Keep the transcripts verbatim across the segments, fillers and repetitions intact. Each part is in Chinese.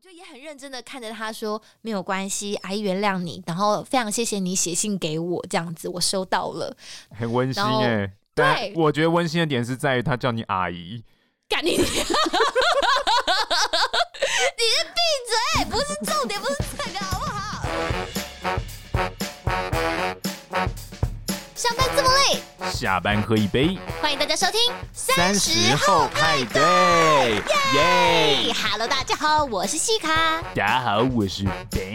就也很认真的看着他说没有关系，阿姨原谅你，然后非常谢谢你写信给我，这样子我收到了， 很温馨耶。对，我觉得温馨的点是在于他叫你阿姨。 干你你是闭嘴，不是重点，不是这个好不好？上班这么累， 下班喝一杯。 欢迎大家收听三十后派对， 耶 ！Hello， 大家好，我是西卡。 大家好，我是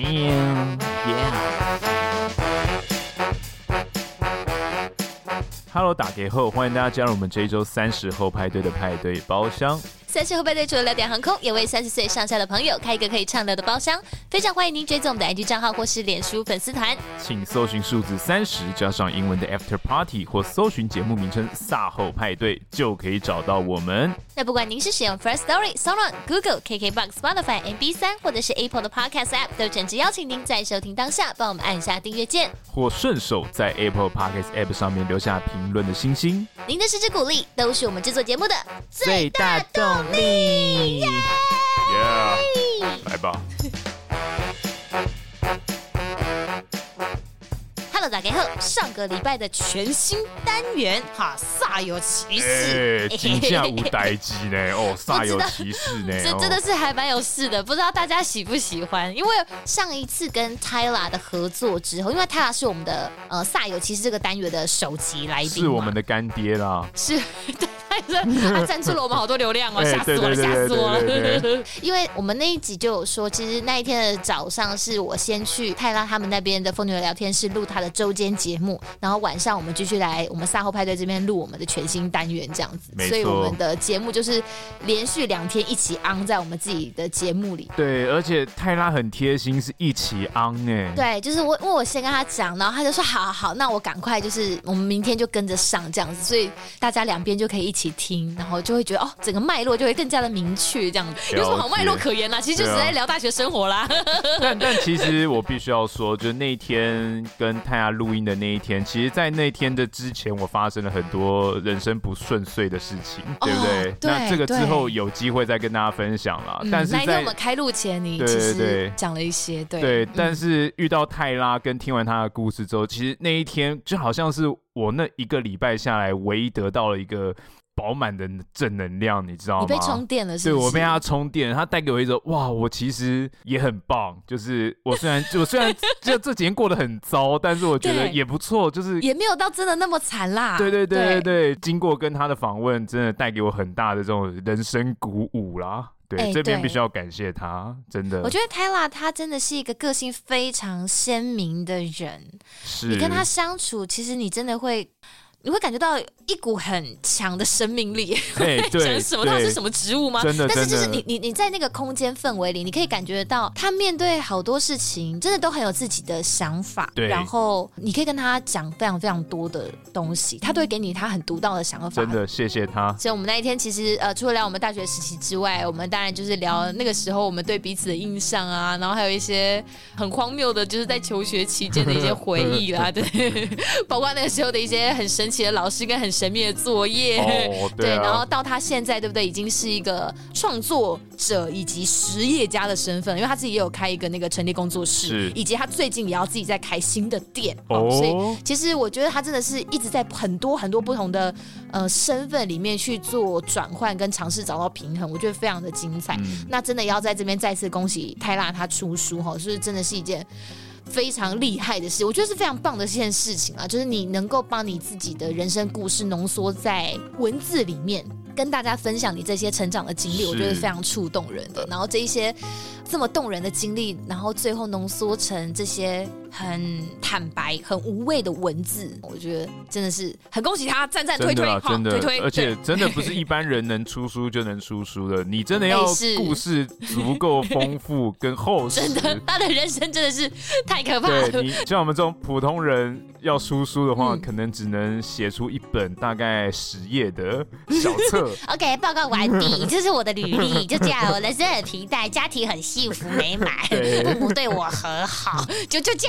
Bam。Yeah。Hello， 打给后，欢迎大家加入我们这一周三十后派对的派对包厢。 三十后派对除了聊点航空，也为三十岁上下的朋友开一个可以畅聊的包厢。非常欢迎您追踪我们的 I G 账号或是脸书粉丝团， 请搜寻数字三十加上英文的 After Party， 或搜寻节目名称萨后派对，就可以找到我们。 那不管您是使用 First Story、SoundOn、Google、K K B O X、Spotify、M P 三，或者是 Apple 的 Podcast App， 都诚挚邀请您在收听当下帮我们按下订阅键， 或顺手在 Apple Podcast App 上面留下评论的星星。 您的支持鼓励都是我们制作节目的最大动力。耶！ Yeah! 来吧。 Hello， 大家好，上个礼拜的全新单元哈，煞有其事， 哎，真正有代志呢，哦，煞有其事呢， 这真的是还蛮有事的，不知道大家喜不喜欢？因为上一次跟 Tyla 的合作之后，因为 Tyla 是我们的呃煞有其事这个单元的首集来宾， 是我们的干爹啦， 是。他赞助了我们好多流量哦，吓死我了，吓死我了！因为我们那一集就有说，其实那一天的早上是我先去泰拉他们那边的疯女人聊天室录他的周间节目，然后晚上我们继续来我们赛后派对这边录我们的全新单元这样子，所以我们的节目就是连续两天一起 on 在我们自己的节目里。 对，而且泰拉很贴心，是一起 on 哎。 对，就是我因为我先跟他讲，然后他就说好好好，那我赶快就是我们明天就跟着上这样子，所以大家两边就可以一起听，然后就会觉得哦，整个脉络就会更加的明确，这样子有什么好脉络可言啦？其实就只在聊大学生活啦。 但但其实我必须要说，就那一天跟泰亚录音的那一天，其实，在那天的之前，我发生了很多人生不顺遂的事情，哦、对不对？ 对那这个之后有机会再跟大家分享啦。 嗯、 但是在那一天我们开录前，你其实讲了一些，对对、嗯。但是遇到泰拉跟听完他的故事之后，其实那一天就好像是我那一个礼拜下来唯一得到了一个饱满的正能量，你知道吗？ 你被充电了是不是？ 对，我被他充电，他带给我一种哇，我其实也很棒。就是我虽然我虽然这这几天过得很糟，但是我觉得也不错，就是也没有到真的那么惨啦。 对对对对对，经过跟他的访问，真的带给我很大的这种人生鼓舞啦。对，欸、这边必须要感谢他，真的。 我觉得 Tyla 他真的是一个个性非常鲜明的人， 是你跟他相处，其实你真的会。你会感觉到一股很强的生命力， 对对， 什么？它是什么植物吗？ 真的， 但是就是你你你在那个空间氛围里，你可以感觉到他面对好多事情，真的都很有自己的想法。 对， 然后你可以跟他讲非常非常多的东西，他都会给你他很独到的想法。 真的，谢谢他。 所以我们那一天其实呃，除了聊我们大学时期之外，我们当然就是聊那个时候我们对彼此的印象啊，然后还有一些很荒谬的，就是在求学期间的一些回忆啦，对，包括那个时候的一些很神奇的老师跟很神秘的作业， 哦、对, 啊、 对，然后到他现在对不对，已经是一个创作者以及实业家的身份，因为他自己也有开一个那个陈列工作室，以及他最近也要自己在开新的店，哦哦、所以其实我觉得他真的是一直在很多很多不同的呃身份里面去做转换跟尝试找到平衡，我觉得非常的精彩。嗯、那真的要在这边再次恭喜泰拉他出书哈，就是真的是一件非常厉害的事，我觉得是非常棒的一件事情啊！就是你能够把你自己的人生故事浓缩在文字里面，跟大家分享你这些成长的经历，我觉得非常触动人的。然后这一些这么动人的经历，然后最后浓缩成这些很坦白、很无畏的文字，我觉得真的是很恭喜他，赞赞推推， 真的， 推推， 而且真的不是一般人能出书就能出书的，你真的要故事足够丰富跟厚实。 真的，他的人生真的是太可怕了。 对，你像我们这种普通人要出书的话，嗯、可能只能写出一本大概十页的小册。 OK， 报告完毕，这是我的履历，就这样，我人生很平淡，家庭很幸福美满，父母对我很好，就就这样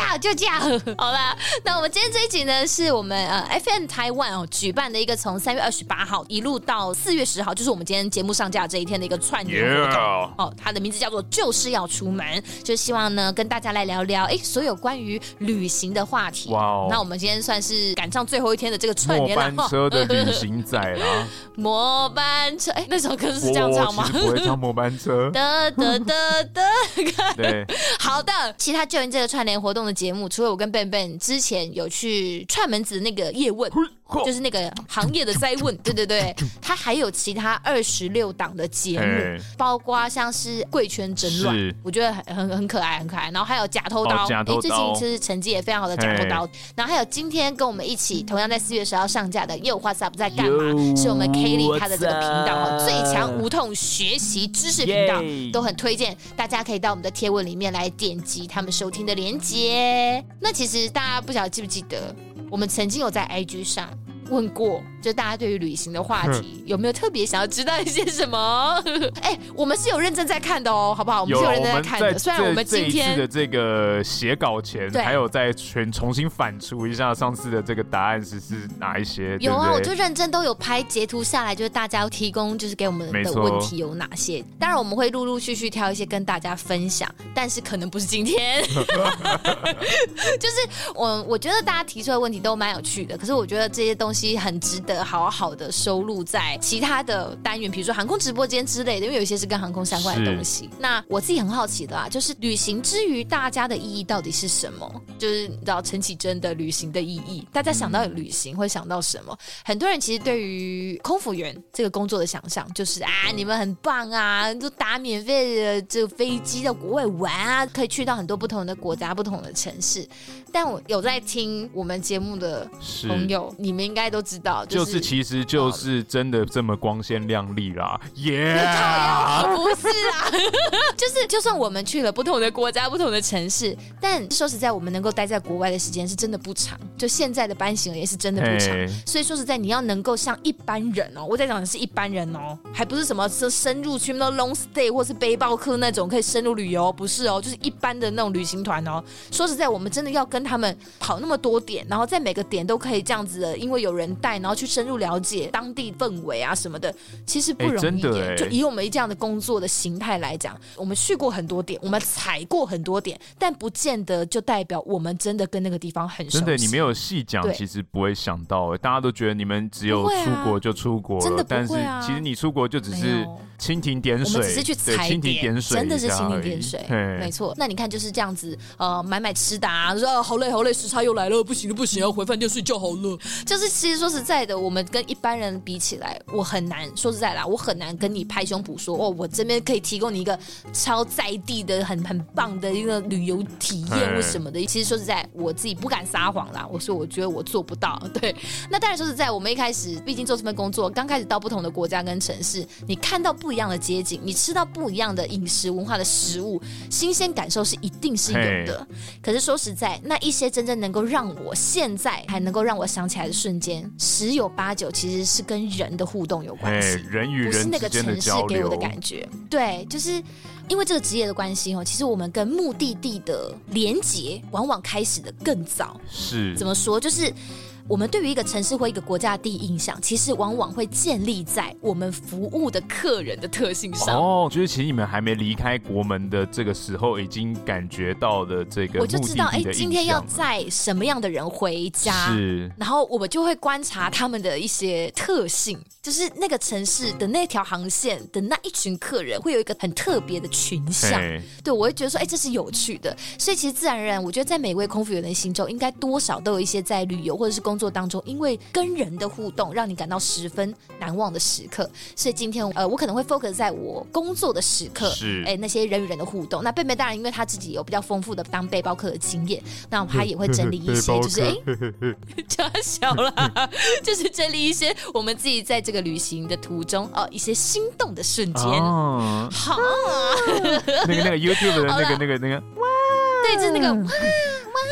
样就这样。好啦，那我们今天这一集呢，是我们呃 F M Taiwan 哦举办的一个从三月二十八号一路到四月十号，就是我们今天节目上架这一天的一个串联活动。Yeah. 哦，它的名字叫做就是要出门，就希望呢跟大家来聊聊，哎，所有关于旅行的话题。哇、wow. 那我们今天算是赶上最后一天的这个串联了。 末班车的旅行仔啦。 末班车，哎，那首歌是这样唱吗？ 我其实不会唱末班车。 得得得得。 对， 好的。其他救援这个串联活动的节目，除了我跟 Ben Ben 之前有去串门子那个叶问，就是那个行业的灾问，对对对，他还有其他二十六档的节目，包括像是贵圈争乱，我觉得很很很可爱，很可爱。然后还有假偷刀，哎、哦，最近其实成绩也非常好的假偷刀。然后还有今天跟我们一起同样在四月十号上架的《Yo What's Up 在干嘛》，是我们 Kelly 他的这个频道最强无痛学习知识频道，都很推荐大家可以到我们的贴文里面来点击他们收听的连结。那其实大家不晓得记不记得，我们曾经有在 I G 上问过，就大家对于旅行的话题有没有特别想要知道一些什么？哎、欸，我们是有认真在看的哦，好不好？我们是有认真在看的。虽然我们今天这一次的这个写稿前，还有再全重新反刍一下上次的这个答案是是哪一些？ 有啊， 对对我就认真都有拍截图下来，就是大家提供就是给我们的问题有哪些。当然我们会陆陆续续挑一些跟大家分享，但是可能不是今天。就是我我觉得大家提出的问题都蛮有趣的，可是我觉得这些东西很值得好好的收录在其他的单元，比如说航空直播间之类的，因为有一些是跟航空相关的东西。那我自己很好奇的啦，就是旅行之于大家的意义到底是什么？就是你知道陈绮贞的旅行的意义，大家想到旅行会想到什么？很多人其实对于空服员这个工作的想象就是啊，你们很棒啊，都打免费的这个飞机到国外玩啊，可以去到很多不同的国家、不同的城市。但我有在听我们节目的朋友，你们应该都知道，就是、 就是其实就是真的这么光鲜亮丽啦，耶、yeah! 不是啊，就是就算我们去了不同的国家、不同的城市，但说实在，我们能够待在国外的时间是真的不长，就现在的班型也是真的不长。Hey. 所以说实在，你要能够像一般人哦，我在讲的是一般人哦，还不是什么深入去那 long stay 或是背包客那种可以深入旅游，不是哦，就是一般的那种旅行团哦。说实在，我们真的要跟他们跑那么多点，然后在每个点都可以这样子的，因为有人带，然后去深入了解当地氛围啊什么的，其实不容易、欸。真的欸、就以我们这样的工作的形态来讲，我们去过很多点，我们踩过很多点，但不见得就代表我们真的跟那个地方很熟悉。 真的，你没有细讲，其实不会想到、欸。大家都觉得你们只有出国就出国了， 真的不会啊、 但是其实你出国就只是蜻蜓点水， 我们只是去踩点， 蜻蜓点水， 真的是蜻蜓点水，没错。那你看就是这样子，呃，买买吃的啊，说、啊、好累好累，时差又来了，不行了不行，要回饭店睡觉好了。就是其实说实在的，我们跟一般人比起来，我很难说实在啦，我很难跟你拍胸脯说哦，我这边可以提供你一个超在地的很很棒的一个旅游体验或什么的。其实说实在，我自己不敢撒谎啦，我说我觉得我做不到。对，那当然说实在，我们一开始毕竟做这份工作，刚开始到不同的国家跟城市，你看到不一样的街景，你吃到不一样的饮食文化的食物，新鲜感受是一定是有的。可是说实在，那一些真正能够让我现在还能够让我想起来的瞬间，十有八九其实是跟人的互动有关系， 人与人之间的交流，不是那个城市给我的感觉。对，就是因为这个职业的关系哦，其实我们跟目的地的连结往往开始的更早。 是怎么说？就是我们对于一个城市或一个国家的第一印象，其实往往会建立在我们服务的客人的特性上。 哦，就是其实你们还没离开国门的这个时候，已经感觉到了这个目的地的印象了。我就知道，哎， 今天要载什么样的人回家，是，然后我们就会观察他们的一些特性，就是那个城市的那条航线的那一群客人会有一个很特别的群像。对，我会觉得说，哎，这是有趣的。所以其实自然而然，我觉得在每位空服员的心中，应该多少都有一些在旅游或者是工作作当中，因为跟人的互动让你感到十分难忘的时刻，所以今天呃，我可能会 focus 在我工作的时刻，是哎那些人与人的互动。那贝贝当然因为他自己有比较丰富的当背包客的经验，那他也会整理一些，就是哎，加小啦，就是整理一些我们自己在这个旅行的途中哦、呃、一些心动的瞬间。哦、好、啊， 那个那个 YouTube 的那个那个那个， 对，就是那个哇哇哇。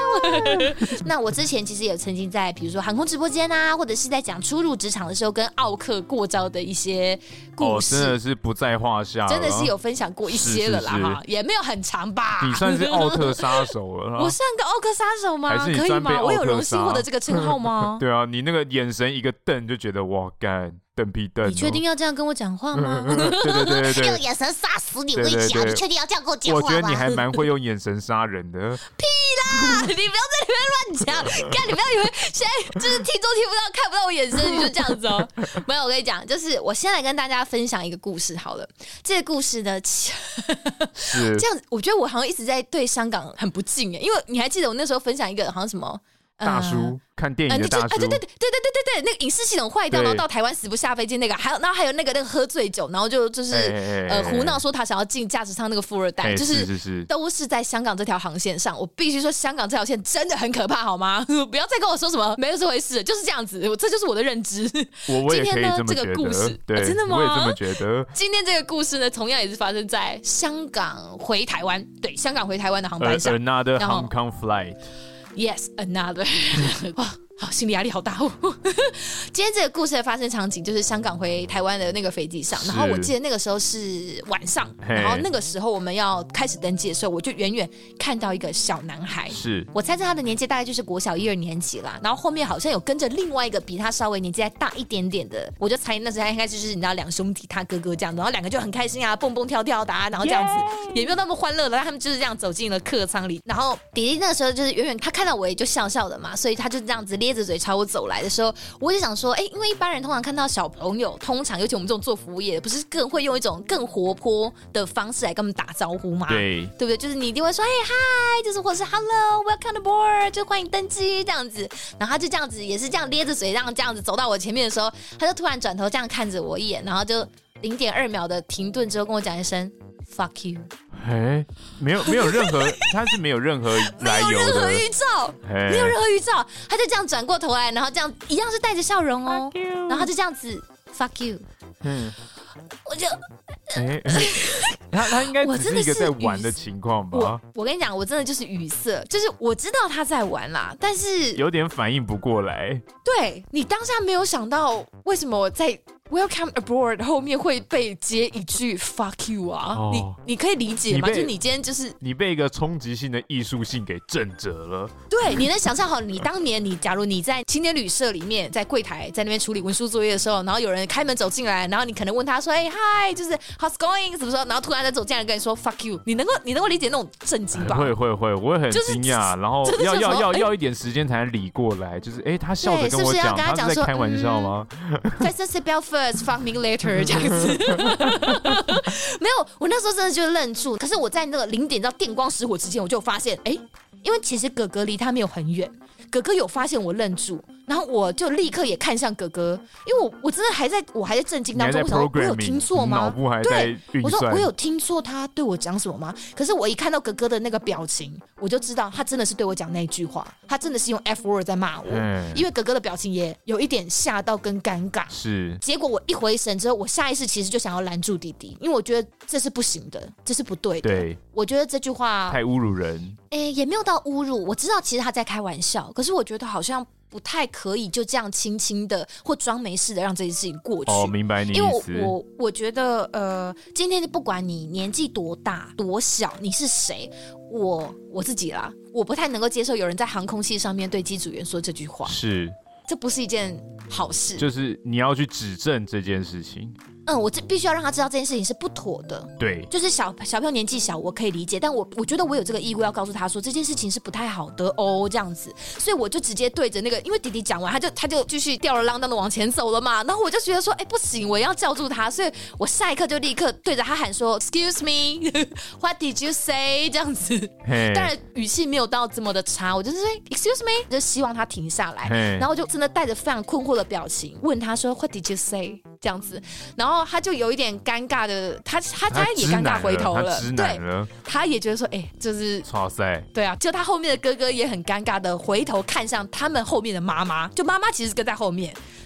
那我之前其实也曾经在比如说航空直播间啊，或者是在讲初入职场的时候跟奥客过招的一些故事， 哦，真的是不在话下了， 真的是有分享过一些了啦，哈，也没有很长吧。 你算是奥客杀手了， 我算个奥客杀手吗？ 还是你可以吗？我有荣幸获得这个称号吗？ 对啊，你那个眼神一个瞪就觉得哇干。瞪屁瞪、哦！ 你确定要这样跟我讲话吗？ 对对对对对， 用眼神杀死你！我跟你讲，你确定要这样跟我讲话吗？ 我觉得你还蛮会用眼神杀人的。 屁啦！你不要在里面乱讲，看你不要以为现在就是听众听不到、看不到我眼神，你就这样子哦。没有，我跟你讲，就是我先来跟大家分享一个故事好了。这个故事呢， 是这样子，我觉得我好像一直在对香港很不敬耶，因为你还记得我那时候分享一个好像什么？ 大叔、呃、看电影的大叔， 呃、对对对对对对对对，那个影视系统坏掉，然后到台湾死不下飞机那个，还有然后还有那个那个喝醉酒，然后就就是欸欸欸呃胡闹说他想要进驾驶舱那个富二代， 欸、 就是是是是都是在香港这条航线上。我必须说，香港这条线真的很可怕，好吗？不要再跟我说什么没有这回事，就是这样子，我这就是我的认知。 我我也可以今天呢， 这这个故事、 对、 啊，真的吗？ 我也这么觉得。 今天这个故事呢，同样也是发生在香港回台湾，对，香港回台湾的航班上。 Uh, another Hong Kong flight。Yes, another 哇，好，心理压力好大哦。今天这个故事的发生场景就是香港回台湾的那个飞机上，然后我记得那个时候是晚上，然后那个时候我们要开始登机的时候，我就远远看到一个小男孩， 是我猜测他的年纪大概就是国小一二年级啦，然后后面好像有跟着另外一个比他稍微年纪再大一点点的，我就猜那时候应该就是你知道两兄弟他哥哥这样，然后两个就很开心啊，蹦蹦跳跳的啊，然后这样子、yeah! 也没有那么欢乐的，但他们就是这样走进了客舱里，然后弟弟那个时候就是远远他看到我也就笑笑的嘛，所以他就这样子咧着嘴朝我走来的时候，我就想说，哎、欸，因为一般人通常看到小朋友，通常尤其我们这种做服务业的，不是更会用一种更活泼的方式来跟他们打招呼吗？ 对， 对不对？就是你一定会说，哎嗨，就是或是 hello，welcome aboard， 就欢迎登机这样子。然后他就这样子，也是这样咧着嘴，这样这样子走到我前面的时候，他就突然转头这样看着我一眼，然后就零点二秒的停顿之后跟我讲一声 fuck you。 哎，没有没有任何，他是没有任何来由的， 没有任何预兆，没有任何预兆，他就这样转过头来，然后这样一样是带着笑容哦，然后他就这样子 fuck you， 嗯，我就， 哎、欸，他他应该只是一个在玩的情况吧？ 我我跟你讲，我真的就是语塞，就是我知道他在玩啦，但是有点反应不过来。 对，你当下没有想到为什么我在Welcome aboard 后面会被接一句 fuck you 啊、哦、你你可以理解吗？就你今天就是你被一个冲击性的艺术性给震折了。 对，你能想象好你当年你假如你在青年旅社里面在柜台在那边处理文书作业的时候，然后有人开门走进来，然后你可能问他说哎嗨、欸、就是 how's going 什么时候，然后突然再走进来跟你说 fuck you， 你能够你能够理解那种震惊吧？ 会会会，我会很惊讶、就是、然后要要要要一点时间才能理过来，就是哎他笑着跟我讲，他是在开玩笑吗？ 在 say bell first fuck me later这样子没有，我那时候真的就愣住。可是我在那个零点到电光石火之间，我就发现，哎、欸，因为其实哥哥离他没有很远，哥哥有发现我愣住，然后我就立刻也看向哥哥，因为我我真的还在我还在震惊当中，我想我有听错吗？ 脑部还在运算。 对，我说我有听错他对我讲什么吗？可是我一看到哥哥的那个表情，我就知道他真的是对我讲那句话，他真的是用 F word 在骂我、嗯，因为哥哥的表情也有一点吓到跟尴尬。 是， 结果我一回神之后，我下意识其实就想要拦住弟弟，因为我觉得这是不行的，这是不对的。 对， 我觉得这句话太侮辱人。 哎、欸，也没有到侮辱，我知道其实他在开玩笑，可是我觉得好像不太可以就这样轻轻的或装没事的让这件事情过去。 哦，明白你意思。 因为我我我觉得呃，今天不管你年纪多大多小，你是谁，我我自己啦，我不太能够接受有人在航空器上面对机组员说这句话。 是， 这不是一件好事。 就是你要去指正这件事情。 嗯，我这必须要让他知道这件事情是不妥的。 对， 就是小小朋友年纪小，我可以理解，但我我觉得我有这个义务要告诉他说这件事情是不太好的哦，这样子。所以我就直接对着那个，因为弟弟讲完，他就他就继续吊儿郎当的往前走了嘛。然后我就觉得说，哎，不行，我要叫住他，所以我下一刻就立刻对着他喊说 ，Excuse me, what did you say？ 这样子。Hey. 当然语气没有到这么的差，我就是说 Excuse me， 就希望他停下来。Hey. 然后我就真的带着非常困惑的表情问他说 ，What did you say？ 这样子，然后他就有一点尴尬的，他他他也尴尬回头了， 他对， 他也觉得说，哎、欸，就是， 哇塞， 对啊，就他后面的哥哥也很尴尬的回头看向他们后面的妈妈，就妈妈其实跟在后面，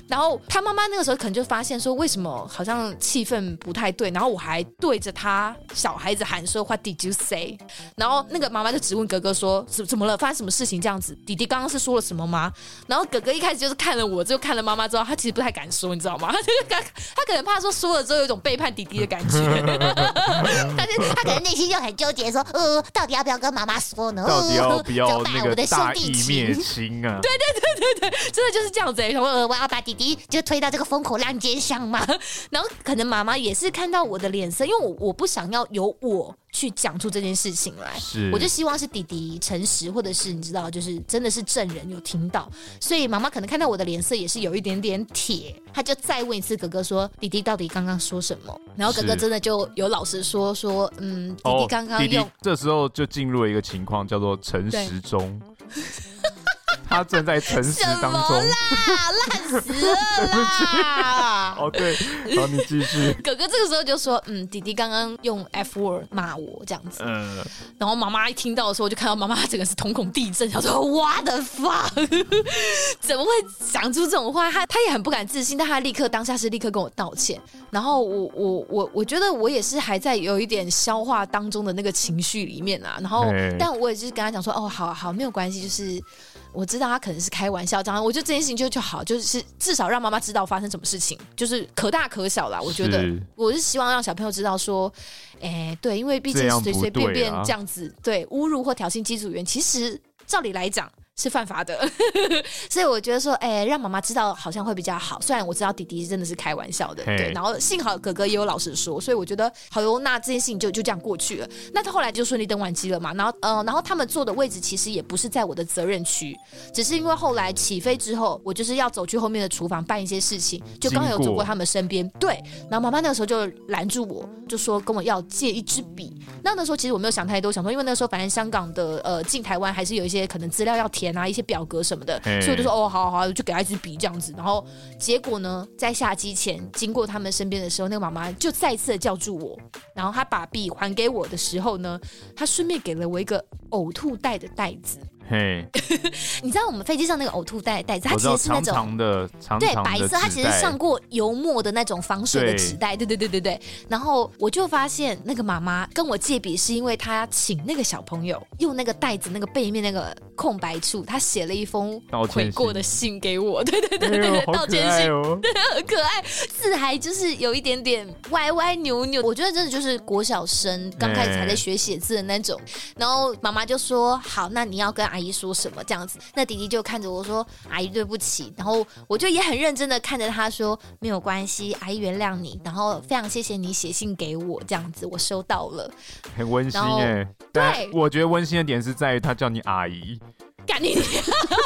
然后他妈妈那个时候可能就发现说，为什么好像气氛不太对，然后我还对着他小孩子喊说 What did you say？ 然后那个妈妈就只问哥哥说怎怎么了，发生什么事情这样子？弟弟刚刚是说了什么吗？然后哥哥一开始就是看了我，就看了妈妈之后，他其实不太敢说，你知道吗？他就是他可能怕说说了之后有一种背叛弟弟的感觉， 但是他可能内心就很纠结说，呃，到底要不要跟妈妈说呢？ 到底要不要那个大义灭亲啊？ 对对对对对，真的就是这样子、欸。 呃，我要把弟弟就推到这个风口浪尖上嘛。 然后可能妈妈也是看到我的脸色，因为我我不想要由我去讲出这件事情来，我就希望是弟弟诚实，或者是你知道，就是真的是证人有听到，所以妈妈可能看到我的脸色也是有一点点铁，她就再问一次哥哥说，弟弟到底刚刚说什么？然后哥哥真的就有老实说说，嗯，弟弟刚刚用、 哦、弟弟这时候就进入了一个情况叫做诚实中。他正在诚实当中， 什么啦，烂死了啦！ 哦，对，好，你继续。 哥哥这个时候就说：“嗯，弟弟刚刚用 F word 骂我这样子。”嗯，然后妈妈一听到的时候，就看到妈妈整个是瞳孔地震，想说 ：“What the fuck？ 怎么会讲出这种话？”他他也很不敢置信，但他立刻当下是立刻跟我道歉。然后我我我我觉得我也是还在有一点消化当中的那个情绪里面啊。然后，但我也是跟他讲说：“哦，好好，没有关系，就是。”我知道他可能是开玩笑，这样我觉得这件事情就就好，就是至少让妈妈知道发生什么事情，就是可大可小啦。我觉得我是希望让小朋友知道说，哎，对，因为毕竟随随便便这样子，对侮辱或挑衅机组员，其实照理来讲。是犯法的，所以我觉得说，哎、欸，让妈妈知道好像会比较好。虽然我知道弟弟真的是开玩笑的，对，然后幸好哥哥也有老实说，所以我觉得好哟，那这件事情就就这样过去了。那他后来就顺利登完机了嘛，然后呃，然后他们坐的位置其实也不是在我的责任区，只是因为后来起飞之后，我就是要走去后面的厨房办一些事情，就刚好有走过他们身边，对，然后妈妈那个时候就拦住我，就说跟我要借一支笔。那那时候其实我没有想太多，想说因为那个时候反正香港的呃进台湾还是有一些可能资料要填啊，一些表格什么的，所以我就说哦，好好好，就给他一支笔这样子。然后结果呢，在下机前经过他们身边的时候，那个妈妈就再一次的叫住我，然后她把笔还给我的时候呢，她顺便给了我一个呕吐袋的袋子。嘿，你知道我们飞机上那个呕吐袋袋子，它其实是那种长长的、长长的对白色，它其实上过油墨的那种防水的纸袋，对对对对对。然后我就发现那个妈妈跟我借笔，是因为她请那个小朋友用那个袋子那个背面那个空白处，她写了一封悔过的信给我，对对对对对，道歉信，对，很可爱，字还就是有一点点歪歪扭扭，我觉得真的就是国小生刚开始还在学写字的那种。然后妈妈就说：“好，那你要跟阿姨说什么这样子？”那弟弟就看着我说：“阿姨对不起。”然后我就也很认真的看着他说：“没有关系，阿姨原谅你。然后非常谢谢你写信给我，这样子我收到了， 很温馨哎。”对，我觉得温馨的点是在于他叫你阿姨。 干你！你是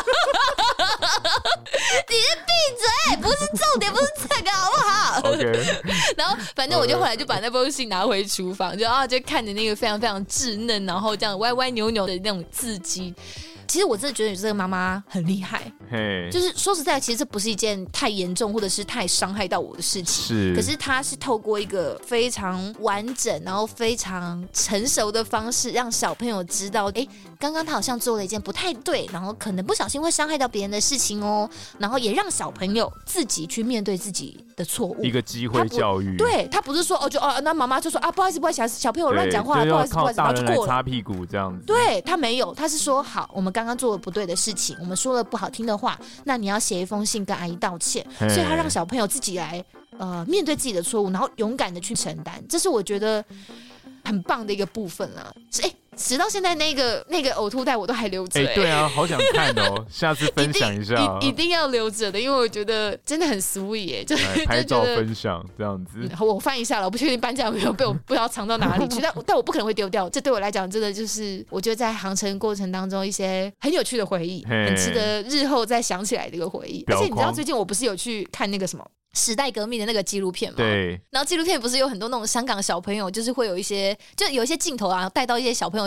闭嘴，不是重点，不是这个，好不好 ？OK。 然后反正我就后来就把那封信拿回厨房，就啊就看着那个非常非常稚嫩，然后这样歪歪扭扭的那种字迹。其实我真的觉得你这个妈妈很厉害， hey, 就是说实在，其实这不是一件太严重或者是太伤害到我的事情。是，可是她是透过一个非常完整，然后非常成熟的方式，让小朋友知道，哎，刚刚他好像做了一件不太对，然后可能不小心会伤害到别人的事情哦。然后也让小朋友自己去面对自己的错误， 一个机会教育。 他对他不是说哦，就哦，那妈妈就说啊，不好意思，不好意思，小朋友乱讲话，不好意思，不好意思，然后就过了， 擦屁股这样子。 对他没有，他是说好，我们刚刚做了不对的事情，我们说了不好听的话，那你要写一封信跟阿姨道歉。所以他让小朋友自己来呃面对自己的错误，然后勇敢的去承担，这是我觉得很棒的一个部分啦。哎，直到现在那个那个呕吐袋我都还留着、欸。哎， 对啊，好想看哦，下次分享一下， 一, 一, 一定要留着的，因为我觉得真的很 sweet 耶、欸，就是拍照分享这样子。 嗯、我翻一下了，我不确定搬家有没有被我不知道藏到哪里去，但但我不可能会丢掉。这对我来讲，真的就是我觉得在航程过程当中一些很有趣的回忆，很值得日后再想起来的一个回忆。而且你知道，最近我不是有去看那个什么时代革命的那个纪录片嘛， 对， 然后纪录片不是有很多那种香港小朋友，就是会有一些，就有一些镜头啊，带到一些小朋友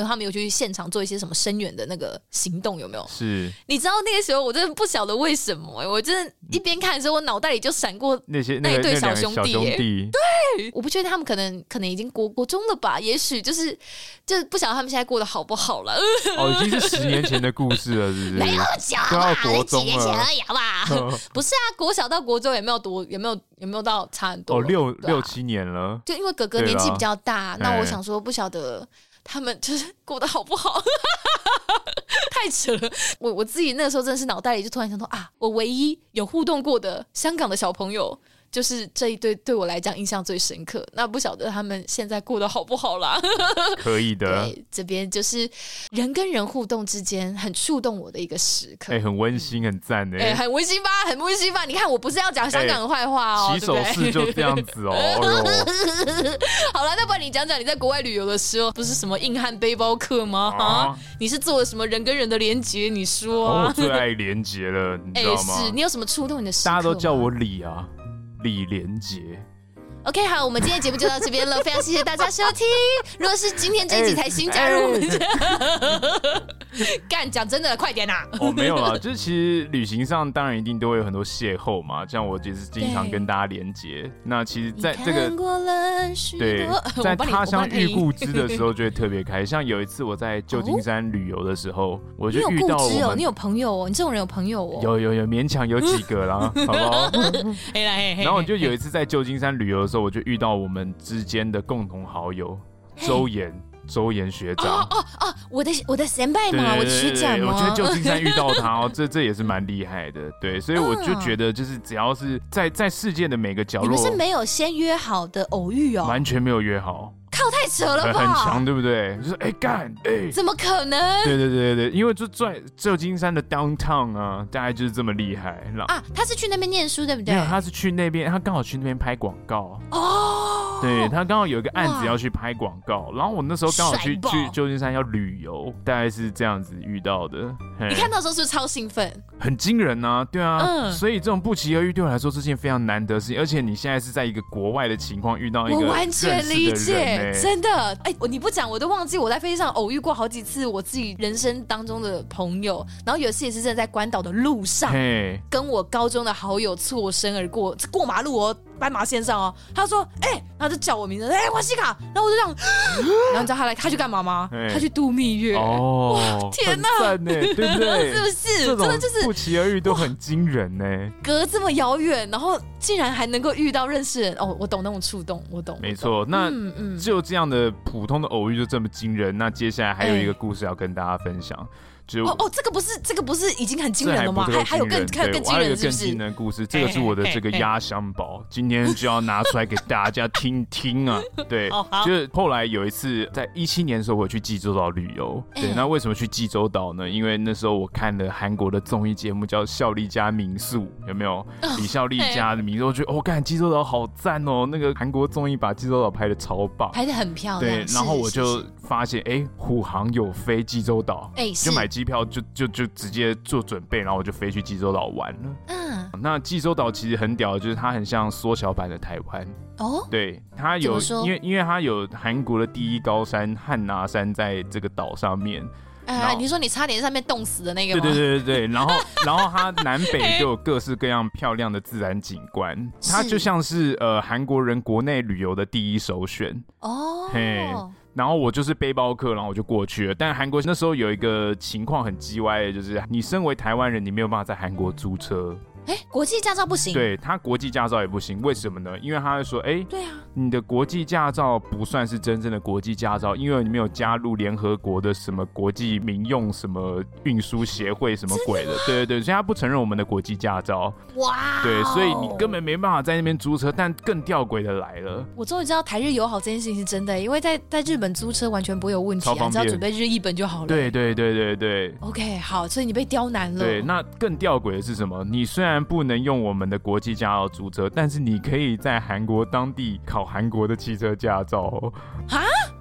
友他们有去现场做一些什么声援的那个行动，有没有？ 是， 你知道那个时候我真的不晓得为什么、欸，我真的一边看的时候，我脑袋里就闪过那些那一对小兄弟、欸， 小兄弟对，我不确定他们可能可能已经国国中了吧，也许就是就不晓得他们现在过得好不好了。 哦，已经是十年前的故事了，是不是？ 没有久都要吧， 国中几年前而已，好不好？ 不是啊，国小到国中也没有多，有没有有没有到差很多？ 哦，六、 啊、 六七年了。 就因为哥哥年纪比较大，那我想说不晓得他们就是过得好不好。太扯了，我我自己那个时候真的是脑袋里就突然想到啊，我唯一有互动过的香港的小朋友。就是这一对对我来讲印象最深刻，那不晓得他们现在过得好不好啦？ 可以的， 对，这边就是人跟人互动之间很触动我的一个时刻， 哎、欸，很温馨，很赞哎、 欸，很温馨吧，很温馨吧？你看，我不是要讲香港的坏话哦， 欸、起手式就这样子哦。 好了，那不然你讲讲你在国外旅游的时候，不是什么硬汉背包客吗？啊，啊你是做了什么人跟人的连结？你说、啊， 哦、我最爱连结了，你知道吗？ 欸、是你有什么触动你的时刻？ 大家都叫我李啊。李连杰 ，OK， 好，我们今天节目就到这边了，非常谢谢大家收听。如果是今天这一集才新加入我们家，干讲真的，快点呐、啊！ 哦，没有啦，就是其实旅行上当然一定都会有很多邂逅嘛，像我就是经常跟大家连结。那其实在这个对，在他乡遇故知的时候就会特别开心。像有一次我在旧金山旅游的时候，哦、我就遇到我们、 哦，你有朋友哦，你这种人有朋友哦， 有有有，勉强有几个啦，好不好？然后我就有一次在旧金山旅游的时候，我就遇到我们之间的共同好友周岩。周岩学长哦哦哦，我的我的前辈吗？我的学长吗？ 我觉得旧金山遇到他哦，这这也是蛮厉害的，对，所以我就觉得就是只要是在在世界的每个角落， 你们是没有先约好的偶遇哦， 完全没有约好。 靠，太扯了吧！ 很强，对不对？就是哎干哎， 怎么可能？ 对对对对，因为就在旧金山的 downtown 啊，大概就是这么厉害啊。他是去那边念书，对不对？ 没有，他是去那边，他刚好去那边拍广告哦。对，他刚好有一个案子要去拍广告，然后我那时候刚好去去旧金山要旅游，大概是这样子遇到的。 你看到的时候是不是超兴奋？ 很惊人啊，对啊，嗯、所以这种不期而遇对我来说是件非常难得的事情，而且你现在是在一个国外的情况遇到一个我完全理解，真的，哎、 欸， 你不讲我都忘记我在飞机上偶遇过好几次我自己人生当中的朋友，然后有一次也是真的在关岛的路上，跟我高中的好友错身而过，过马路哦。斑马线上哦，他说，哎、欸，然后就叫我名字，哎、欸，瓦西卡，然后我就这样，然后你知道他来，他去干嘛吗？他去度蜜月。哦，哇，天哪， 赞呢，对不对？ 是不是？真的就是不期而遇都很惊人呢。 隔这么遥远，然后竟然还能够遇到认识人，哦，我懂那种触动，我懂。 没错，那嗯嗯，就这样的普通的偶遇就这么惊人，那接下来还有一个故事要跟大家分享。欸哦哦，这个不是这个不是已经很惊人了吗？还还有更还有更惊人，是不是？ 更惊人的故事，这个是我的这个压箱宝，今天就要拿出来给大家听听啊！对，就是后来有一次，在一七年的时候，我去济州岛旅游。对，那为什么去济州岛呢？因为那时候我看了韩国的综艺节目叫《孝利家民宿》，有没有？李孝利家的民宿，我觉得哦，干济州岛好赞哦！那个韩国综艺把济州岛拍的超棒， 拍的很漂亮。 对，然后我就发现，哎，虎航有飞济州岛，哎，就买机票就就就直接做准备，然后我就飞去济州岛玩了。嗯，那济州岛其实很屌，就是它很像缩小版的台湾。哦，对，它有，因为因为它有韩国的第一高山汉拿山在这个岛上面。 啊，你说你差点在上面冻死的那个吗？ 对对对对对，然后然后它南北就有各式各样漂亮的自然景观，它就像是呃韩国人国内旅游的第一首选。哦，嘿。然后我就是背包客，然后我就过去了。但韩国那时候有一个情况很鸡歪的，就是你身为台湾人，你没有办法在韩国租车。 哎，国际驾照不行？ 对，他国际驾照也不行，为什么呢？因为他会说，哎， 对啊， 你的国际驾照不算是真正的国际驾照，因为你没有加入联合国的什么国际民用什么运输协会什么鬼的，对对对，所以他不承认我们的国际驾照。哇，对，所以你根本没办法在那边租车。但更吊诡的来了， 我终于知道台日友好这件事情是真的，因为在在日本租车完全不会有问题、啊，你只要准备日译本就好了。 对对对对对。 OK， 好，所以你被刁难了。 对，那更吊诡的是什么？你虽然不能用我们的国际驾照租车，但是你可以在韩国当地考韩国的汽车驾照。啊？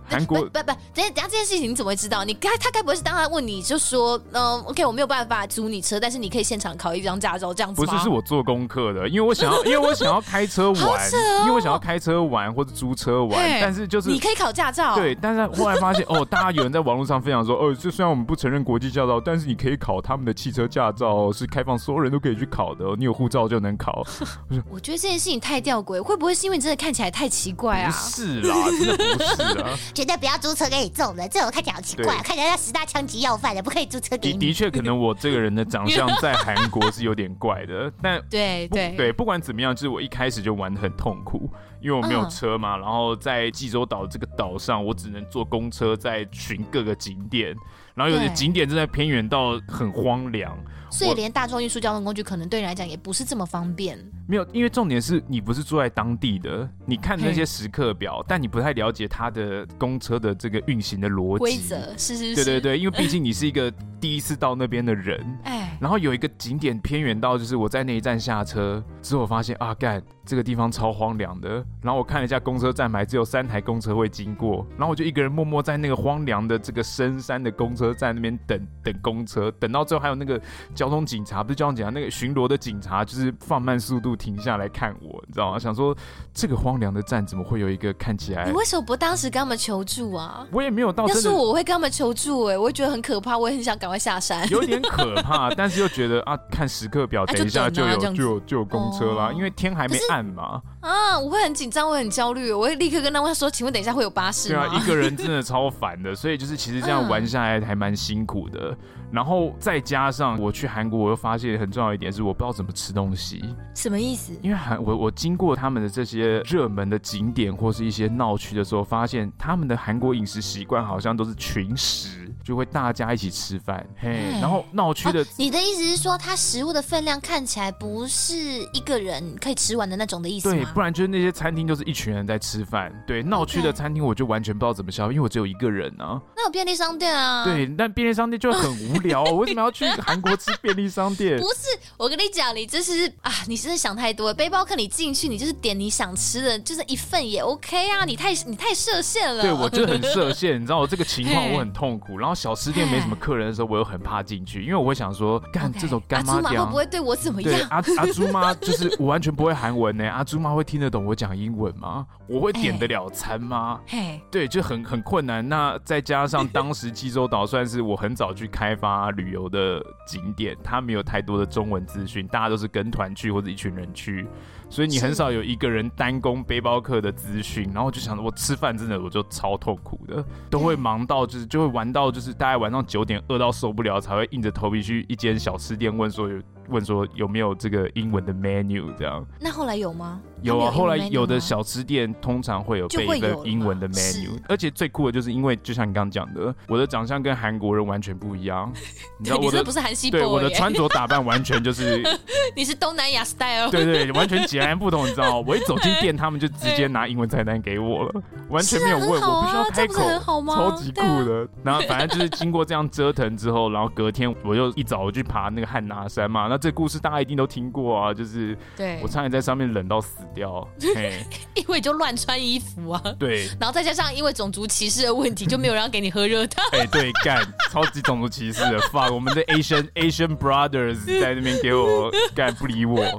韩国不不不，等下等下这件事情你怎么会知道？你该他该不会是当他问你就说，嗯、呃、，OK， 我没有办法租你车，但是你可以现场考一张驾照这样子吗？ 不是，是我做功课的，因为我想要，因为我想要开车玩，哦、因为我想要开车玩或者租车玩，但是就是你可以考驾照， 对，但是后来发现哦，大家有人在网络上分享说，哦，就虽然我们不承认国际驾照，但是你可以考他们的汽车驾照，是开放所有人都可以去考的，你有护照就能考。 我觉得这件事情太吊诡，会不会是因为你真的看起来太奇怪啊？ 不是啦，真的不是啊， 绝对不要租车给你这种人，这种看起来好奇怪、啊，看起来像十大枪击要犯的，不可以租车给你。 的的确，可能我这个人的长相在韩国是有点怪的，但对对对，不管怎么样，就是我一开始就玩得很痛苦。因为我没有车嘛，嗯、然后在济州岛这个岛上，我只能坐公车在巡各个景点，然后有的景点正在偏远到很荒凉， 所以连大众运输交通工具可能对你来讲也不是这么方便。 没有，因为重点是你不是住在当地的，你看那些时刻表，但你不太了解它的公车的这个运行的逻辑规则，是是是， 对对对，因为毕竟你是一个第一次到那边的人，哎，然后有一个景点偏远到，就是我在那一站下车之后，我发现啊，干这个地方超荒凉的。然后我看了一下公车站牌，只有三台公车会经过，然后我就一个人默默在那个荒凉的这个深山的公车站那边等等公车，等到最后还有那个交通警察，不是交通警察，那个巡逻的警察，就是放慢速度停下来看我，你知道吗？想说这个荒凉的站怎么会有一个看起来…… 你为什么不当时跟他们求助啊？ 我也没有到真的， 要是我会跟他们求助、欸，哎，我会觉得很可怕，我也很想赶快下山， 有点可怕，但是又觉得啊，看时刻表，等一下就有、啊、就, 就有就有公车啦、哦，因为天还没暗嘛。 啊，我会很紧张，我会很焦虑，我会立刻跟他们说，请问等一下会有巴士吗？ 对啊，一个人真的超烦的，所以就是其实这样玩下来还蛮辛苦的。嗯、然后再加上我去韩国，我又发现很重要一点是我不知道怎么吃东西。 什么意思？ 因为韩我我经过他们的这些热门的景点或是一些闹区的时候，发现他们的韩国饮食习惯好像都是群食，就会大家一起吃饭。嘿，然后闹区的、 哦，你的意思是说，它食物的分量看起来不是一个人可以吃完的那种的意思吗？ 对，不然就是那些餐厅都是一群人在吃饭。对，闹区的餐厅我就完全不知道怎么消费，因为我只有一个人啊。 那有便利商店啊。 对，但便利商店就很无聊，我为什么要去韩国吃便利商店？ 不是，我跟你讲，你这是啊，你真的想太多了。背包客你进去，你就是点你想吃的，就是一份也 OK 啊。你太你太设限了。 对，我就很设限，你知道我这个情况我很痛苦。然后小吃店没什么客人的时候，我又很怕进去，因为我会想说，干、okay, 这种干妈阿朱妈会不会对我怎么样？ 对，阿阿朱妈就是我完全不会韩文呢、欸，阿朱妈会听得懂我讲英文吗？我会点得了餐吗？嘿，对，就很很困难。那再加上当时济州岛算是我很早去开发旅游的景点，它没有太多的中文资讯，大家都是跟团去或者一群人去，所以你很少有一个人单攻背包客的资讯。然后我就想，我吃饭真的我就超痛苦的，都会忙到就是就会玩到就是大概晚上九点饿到受不了，才会硬着头皮去一间小吃店问说有问说有没有这个英文的 menu 这样。 那后来有吗？ 有啊，后来有的小吃店通常会有备一个英文的 menu， 而且最酷的就是因为就像你刚刚讲的，我的长相跟韩国人完全不一样， 你知道我的不是韩系 boy， 对，我的穿着打扮完全就是你是东南亚 style， 对对，完全截然不同，你知道吗？我一走进店，他们就直接拿英文菜单给我了，完全没有问， 啊、 我必须要开口， 很好吗？ 超级酷的。然后反正就是经过这样折腾之后，然后隔天我又一早我去爬那个汉拿山嘛，那这故事大家一定都听过啊，就是我差点在上面冷到死掉。 因为就乱穿衣服啊， 对， 然后再加上因为种族歧视的问题，就没有人要给你喝热汤。 哎、欸，对，干，超级种族歧视的 ，fuck， 我们的 Asian Asian brothers 在那边给我干不理我。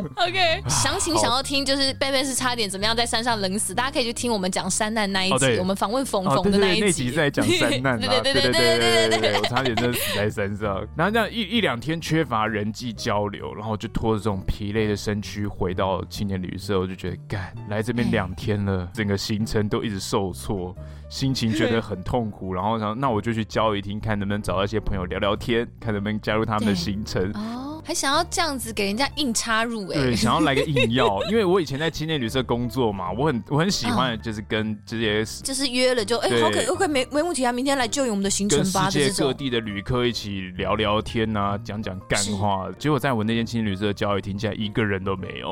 OK， 详情想要听就是贝贝是差点怎么样在山上冷死，大家可以去听我们讲山难那一集，哦、我们访问冯冯的那一集， 哦、对对对那集在讲山难啊，对对对对对对对对，我差点真的死在山上。然后这样一一两天缺乏人际交流，然后就拖着这种疲累的身躯回到青年旅社，我就觉得干。来这边两天了，整个行程都一直受挫，心情觉得很痛苦。然后想，那我就去交易厅看能不能找到一些朋友聊聊天，看能不能加入他们的行程。 哦，还想要这样子给人家硬插入哎、欸？ 对，想要来个硬要，因为我以前在青年旅社工作嘛，我很我很喜欢，就是跟这些、嗯、 就是约了就哎、欸，好可 OK 没没问题啊，明天来就用我们的行程吧。 跟世界各地的旅客一起聊聊天啊，讲讲干话。结果在我那间青年旅社交易厅，竟然一个人都没有。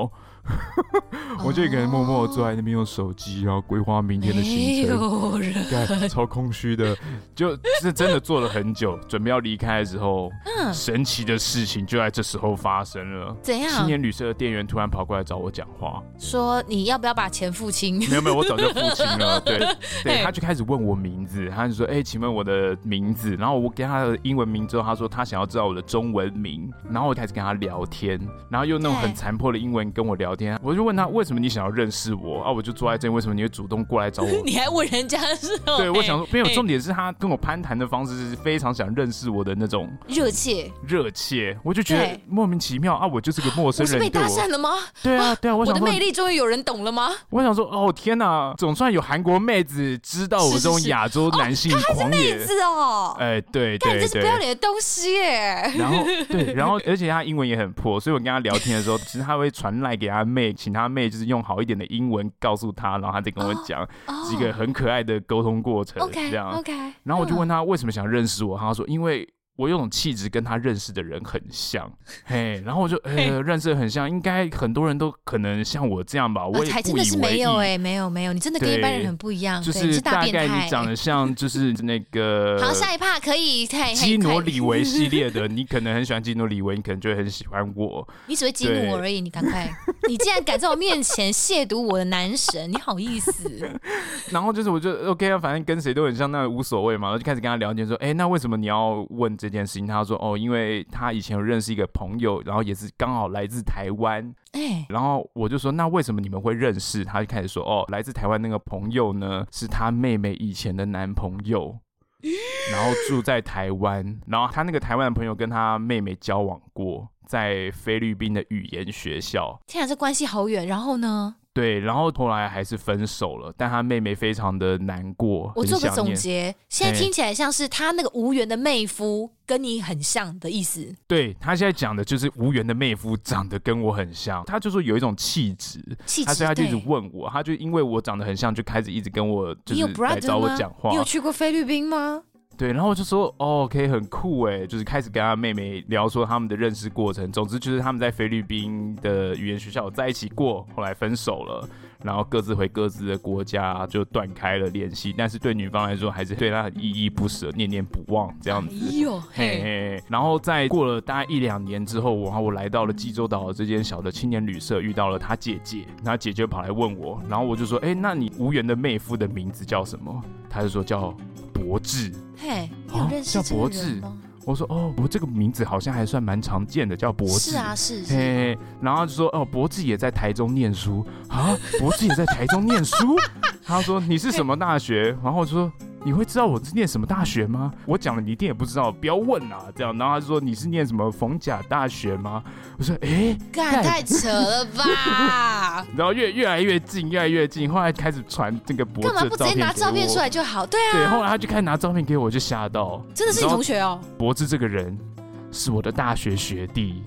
我就一个人默默坐在那边用手机，然后规划明天的行程，超空虚的，就是真的坐了很久，准备要离开的时候，嗯，神奇的事情就在这时候发生了。 怎样？ 青年旅社的店员突然跑过来找我讲话， 说你要不要把钱付清？ 没有没有，我早就付清了。对对，他就开始问我名字，他就说：“哎、欸，请问我的名字？”然后我给他的英文名之后，他说他想要知道我的中文名，然后我开始跟他聊天，然后用那种很残破的英文跟我聊天。我就问他为什么你想要认识我啊？我就坐在这里，为什么你会主动过来找我？ 你还问人家是？ 对，我想说没有，重点是他跟我攀谈的方式是非常想认识我的那种热切热切，我就觉得莫名其妙啊！我就是个陌生人， 我是被搭讪了吗？ 对啊对啊，我想我的魅力终于有人懂了吗？ 我想说哦天哪，总算有韩国妹子知道我这种亚洲男性狂野。 是是是哦，他还是妹子哦， 哎、欸、对对对， 干这是不要脸的东西耶。 然后对，然后而且他英文也很破，所以我跟他聊天的时候，其实他会传赖给他妹，请他妹就是用好一点的英文告诉他，然后他再跟我讲，是一个很可爱的沟通过程。 OK 这样 OK， 然后我就问他为什么想认识我，他说因为我有种气质跟他认识的人很像，嘿，然后我就呃认识的很像，应该很多人都可能像我这样吧，我也不以为意。还真的是没有哎、欸，没有没有，你真的跟一般人很不一样， 就是大概你长得像就是那个。 好，下一趴可以太基努里维系列的，你可能很喜欢基努里维，你可能就会很喜欢我。 你只会激怒我而已，你赶快，你竟然敢在我面前亵渎我的男神，你好意思？ 然后就是我就 OK 啊，反正跟谁都很像，那无所谓嘛，然后就开始跟他聊天说，哎、欸，那为什么你要问这？这件事情，他说哦，因为他以前有认识一个朋友，然后也是刚好来自台湾，哎，然后我就说那为什么你们会认识？他就开始说哦，来自台湾那个朋友呢，是他妹妹以前的男朋友，然后住在台湾，然后他那个台湾的朋友跟他妹妹交往过，在菲律宾的语言学校。 天啊，这关系好远。然后呢？ 对，然后后来还是分手了，但他妹妹非常的难过。 我做个总结，现在听起来像是他那个无缘的妹夫跟你很像的意思。 对，他现在讲的就是无缘的妹夫长得跟我很像，他就说有一种气质， 气质， 他所以他就一直问我，他就因为我长得很像，就开始一直跟我就是来找我讲话。 你有去过菲律宾吗？ 对，然后我就说哦 ，OK， 很酷哎，就是开始跟他妹妹聊说他们的认识过程。总之就是他们在菲律宾的语言学校有在一起过，后来分手了，然后各自回各自的国家，就断开了联系。但是对女方来说，还是对他很依依不舍、念念不忘这样子。 哎呦， 嘿嘿。然后在过了大概一两年之后，然后我来到了济州岛这间小的青年旅社，遇到了他姐姐，他姐姐跑来问我，然后我就说，哎，那你无缘的妹夫的名字叫什么？他就说叫博智。 嘿，你有认识这个人吗？ 我说哦，我这个名字好像还算蛮常见的，叫博智。 是啊，是是。 嘿，然后就说哦，博智也在台中念书啊，博智也在台中念书。他说你是什么大学？然后我就说你会知道我是念什么大学吗？我讲了你一定也不知道，不要问啊，这样。然后他就说你是念什么逢甲大学吗？我说哎， 干太扯了吧！ 然后越越来越近，越来越近，后来开始传这个博智的照片给我。 干嘛不直接拿照片出来就好？对啊。 对，后来他就开始拿照片给我，就吓到。 真的是你同学哦？ 博智这个人是我的大学学弟。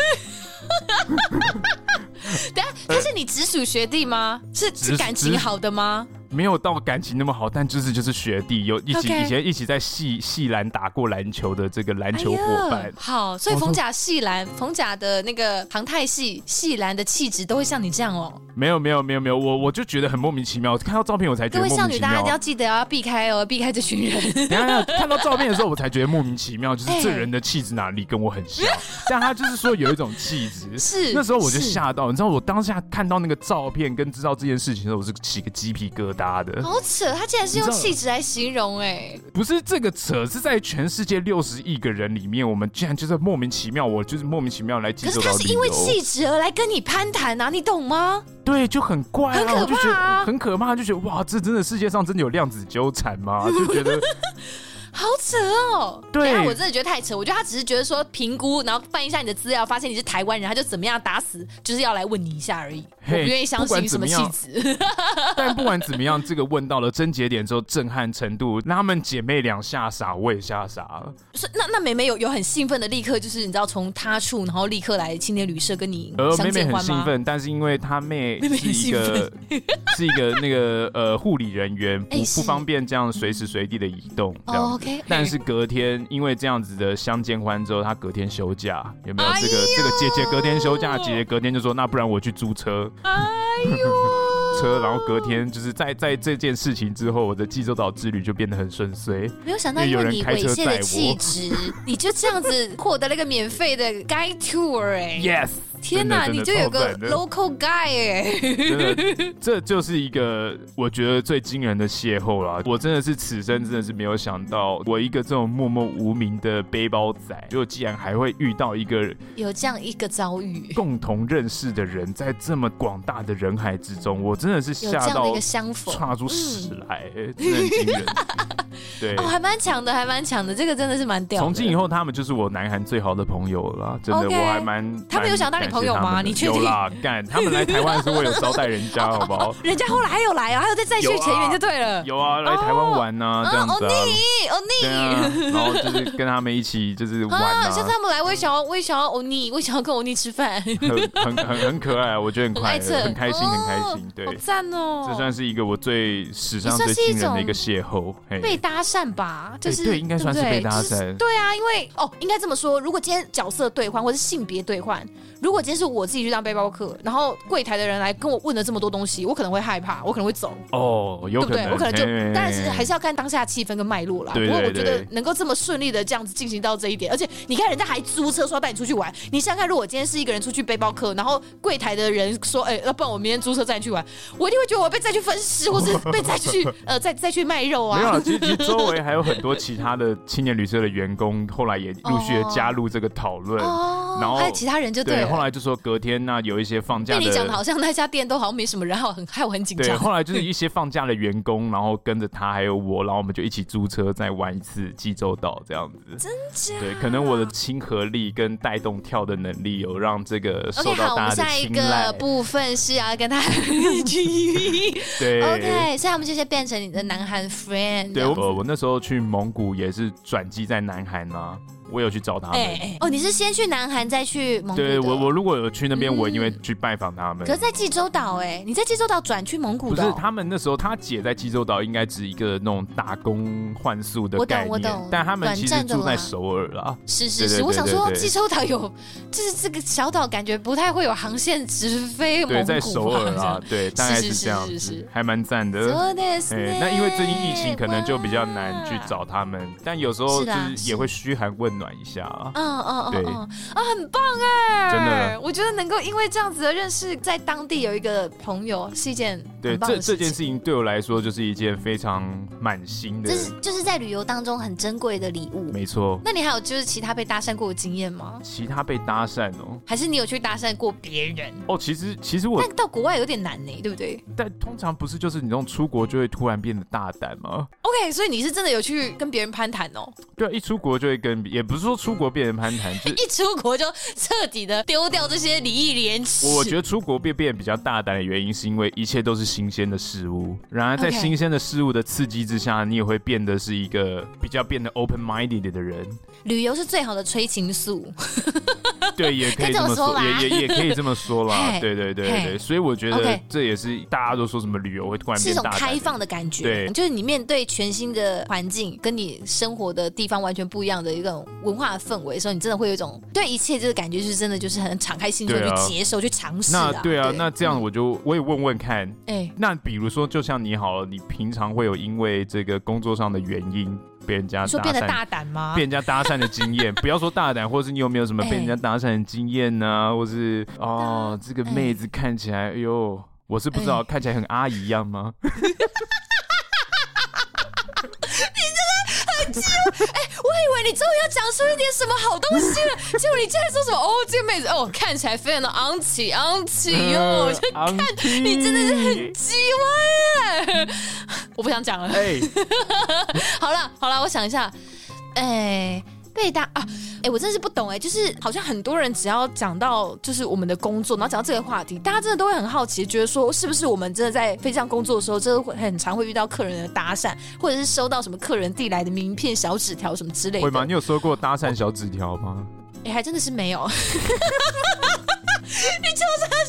等下，他是你直属学弟吗？是是感情好的吗？ 没有到感情那么好，但就是就是学弟，有一起、okay. 以前一起在系系篮打过篮球的这个篮球伙伴。哎、 好，所以逢甲系篮，逢甲的那个航太系系篮的气质都会像你这样哦。 没有没有没有没有，我我就觉得很莫名其妙，看到照片我才觉得莫名其妙。 各位少女，大家要记得要避开哦，避开这群人。 等一下，等一下看到照片的时候，我才觉得莫名其妙，就是这人的气质哪里跟我很像，但他就是说有一种气质。 是， 那时候我就吓到，你知道，我当下看到那个照片跟知道这件事情的时候，我是起个鸡皮疙瘩的。 好扯，他竟然是用气质来形容哎、欸！ 不是这个扯，是在全世界六十亿个人里面，我们竟然就是莫名其妙，我就是莫名其妙来济州岛旅游。 可是他是因为气质而来跟你攀谈啊，你懂吗？ 对，就很怪啊， 很可怕啊， 我就觉得很可怕，就觉得哇，这真的世界上真的有量子纠缠吗？就觉得。 好扯哦！ 对， 我真的觉得太扯。我觉得他只是觉得说评估，然后翻一下你的资料，发现你是台湾人，他就怎么样打死，就是要来问你一下而已。我不愿意相信什么气质。 但不管怎么样，这个问到了症结点之后，震撼程度，让他们姐妹俩吓傻，我也吓傻了。 那那妹妹有有很兴奋的，立刻就是你知道从他处，然后立刻来青年旅社跟你相见欢吗？妹妹很兴奋， 但是因为她妹是一个是一个那个呃护理人员，不不方便这样随时随地的移动，这样。 Oh, okay. 但是隔天因为这样子的相见欢之后，他隔天休假，有没有？这个、哎、这个姐姐隔天休假，姐姐隔天就说，那不然我去租车。哎呦。车，然后隔天就是在在这件事情之后，我的济州岛之旅就变得很顺遂。 没有想到，因为你猥亵的气质，你就这样子获得了一个免费的 guide tour 哎、欸。 Yes。 天哪，你就有个 local guy 哎、欸， 真的，这就是一个我觉得最惊人的邂逅啦。我真的是此生真的是没有想到，我一个这种默默无名的背包仔，就竟然还会遇到一个有这样一个遭遇， 共同认识的人，在这么广大的人海之中，我真的是吓到，有这样的一个相逢，岔出屎来、欸，真的很惊人。对， 哦，还蛮强的，还蛮强的，这个真的是蛮屌的。 从今以后，他们就是我南韩最好的朋友了啦，真的， okay, 我还蛮。 他们有想当你朋友吗？你确定？ 有啦，干，他们来台湾的时候我有招待人家，好不好？ 人家后来还有来啊，还有再再续前缘就对了。 有啊，来台湾玩啊，哦、这样子啊。 欧尼，欧尼， 然后就是跟他们一起就是玩啊。 下次他们来，我也想要，我也想要欧尼，我也想要跟欧尼吃饭。 很很很很可爱，我觉得很快乐，很开心，很开心。对， 好赞哦！ 这算是一个我最史上最惊人的一个邂逅， 被搭讪吧？就是对，应该算是被搭讪。 对啊，因为哦，应该这么说，如果今天角色兑换或是性别兑换，如果今天是我自己去当背包客，然后柜台的人来跟我问了这么多东西，我可能会害怕，我可能会走。 哦，有可能，对不对？ 我可能就，当然是还是要看当下气氛跟脉络啦。 对对对。 不过我觉得能够这么顺利的这样子进行到这一点，而且你看人家还租车说要带你出去玩，你想想看，如果今天是一个人出去背包客，然后柜台的人说，哎、欸，要不然我明天租车载你去玩，我一定会觉得我被载去分尸，或是被载去呃再再去卖肉啊。 没有，其实其实周围还有很多其他的青年旅社的员工，后来也陆续的加入这个讨论， 哦、 然后还有其他人就对了。 对，后来就说隔天那有一些放假的， 被你讲的好像那家店都好像没什么人，还有很还有很紧张。 对，后来就是一些放假的员工，然后跟着他还有我，然后我们就一起租车再玩一次济州岛这样子。 真假？ 对，可能我的亲和力跟带动跳的能力有让这个受到大家的青睐。OK， 好，我们下一个部分是要跟他对 ，OK， 所以他们就是变成你的南韩 friend。 对，我我那时候去蒙古也是转机在南韩啊。我有去找他们、欸欸、哦，你是先去南韩再去蒙古的？ 对，我我如果有去那边、嗯，我一定会去拜访他们。 可是，在济州岛哎，你在济州岛转去蒙古的、 哦？不是，他们那时候他姐在济州岛应该只一个那种打工换宿的概念， 我懂我懂。 但他们其实住在首尔啦。 是是是，我想说济州岛有，就是这个小岛感觉不太会有航线直飞蒙古。 对，在首尔啊，对，大概是这样子，是是是是还蛮赞的。欸、那因为最近疫情，可能就比较难去找他们，但有时候就是也会嘘寒问暖一下啊。 嗯嗯嗯嗯啊，很棒哎！ 真的， 我觉得能够因为这样子的认识，在当地有一个朋友是一件很棒的事情。 对，这这件事情对我来说就是一件非常满心的， 就是就是在旅游当中很珍贵的礼物。 没错。 那你还有就是其他被搭讪过的经验吗？ 其他被搭讪哦， 还是你有去搭讪过别人？ 哦，其实其实我， 但到国外有点难呢，对不对？ 但通常不是就是你这种出国就会突然变得大胆吗 ？OK， 所以你是真的有去跟别人攀谈哦？ 对啊，一出国就会跟，也不是说出国变成攀谈。 一出国就彻底的丢掉这些礼义廉耻。 我觉得出国变变得比较大胆的原因，是因为一切都是新鲜的事物。然而在新鲜的事物的刺激之下， okay. 你也会变得是一个比较变得 open minded 的人。 旅游是最好的催情素。 对，也可以这么说，也也也可以这么说啦。对对对对，所以我觉得这也是大家都说什么旅游会突然变大胆， 是一种开放的感觉。 对， 就是你面对全新的环境，跟你生活的地方完全不一样的一种文化的氛围的时候，你真的会有一种对一切这个感觉，就是真的就是很敞开心胸去接受、去尝试啊。 那对啊，那这样我就我也问问看，哎，那比如说就像你好了，你平常会有因为这个工作上的原因被人家搭讪， 说变得大胆吗？ 被人家搭讪的经验，不要说大胆，或是你有没有什么被人家搭讪的经验呢、啊？或是哦，这个妹子看起来，哎呦，我是不知道，看起来很阿姨一样吗？ 哎、欸，我以为你终于要讲出一点什么好东西了，结果你竟然说什么哦，这个妹子哦看起来非常的昂起昂起哟，我就看你真的是很鸡歪耶！我不想讲了。哎、欸，好了好了，我想一下，哎、欸。被搭啊！哎、欸，我真的是不懂哎、欸，就是好像很多人只要讲到就是我们的工作，然后讲到这个话题，大家真的都会很好奇，觉得说是不是我们真的在飞机上工作的时候，真的会很常会遇到客人的搭讪，或者是收到什么客人递来的名片、小纸条什么之类的。 会吗？你有收过搭讪小纸条吗？ 哎、欸，还真的是没有。你就是他笑。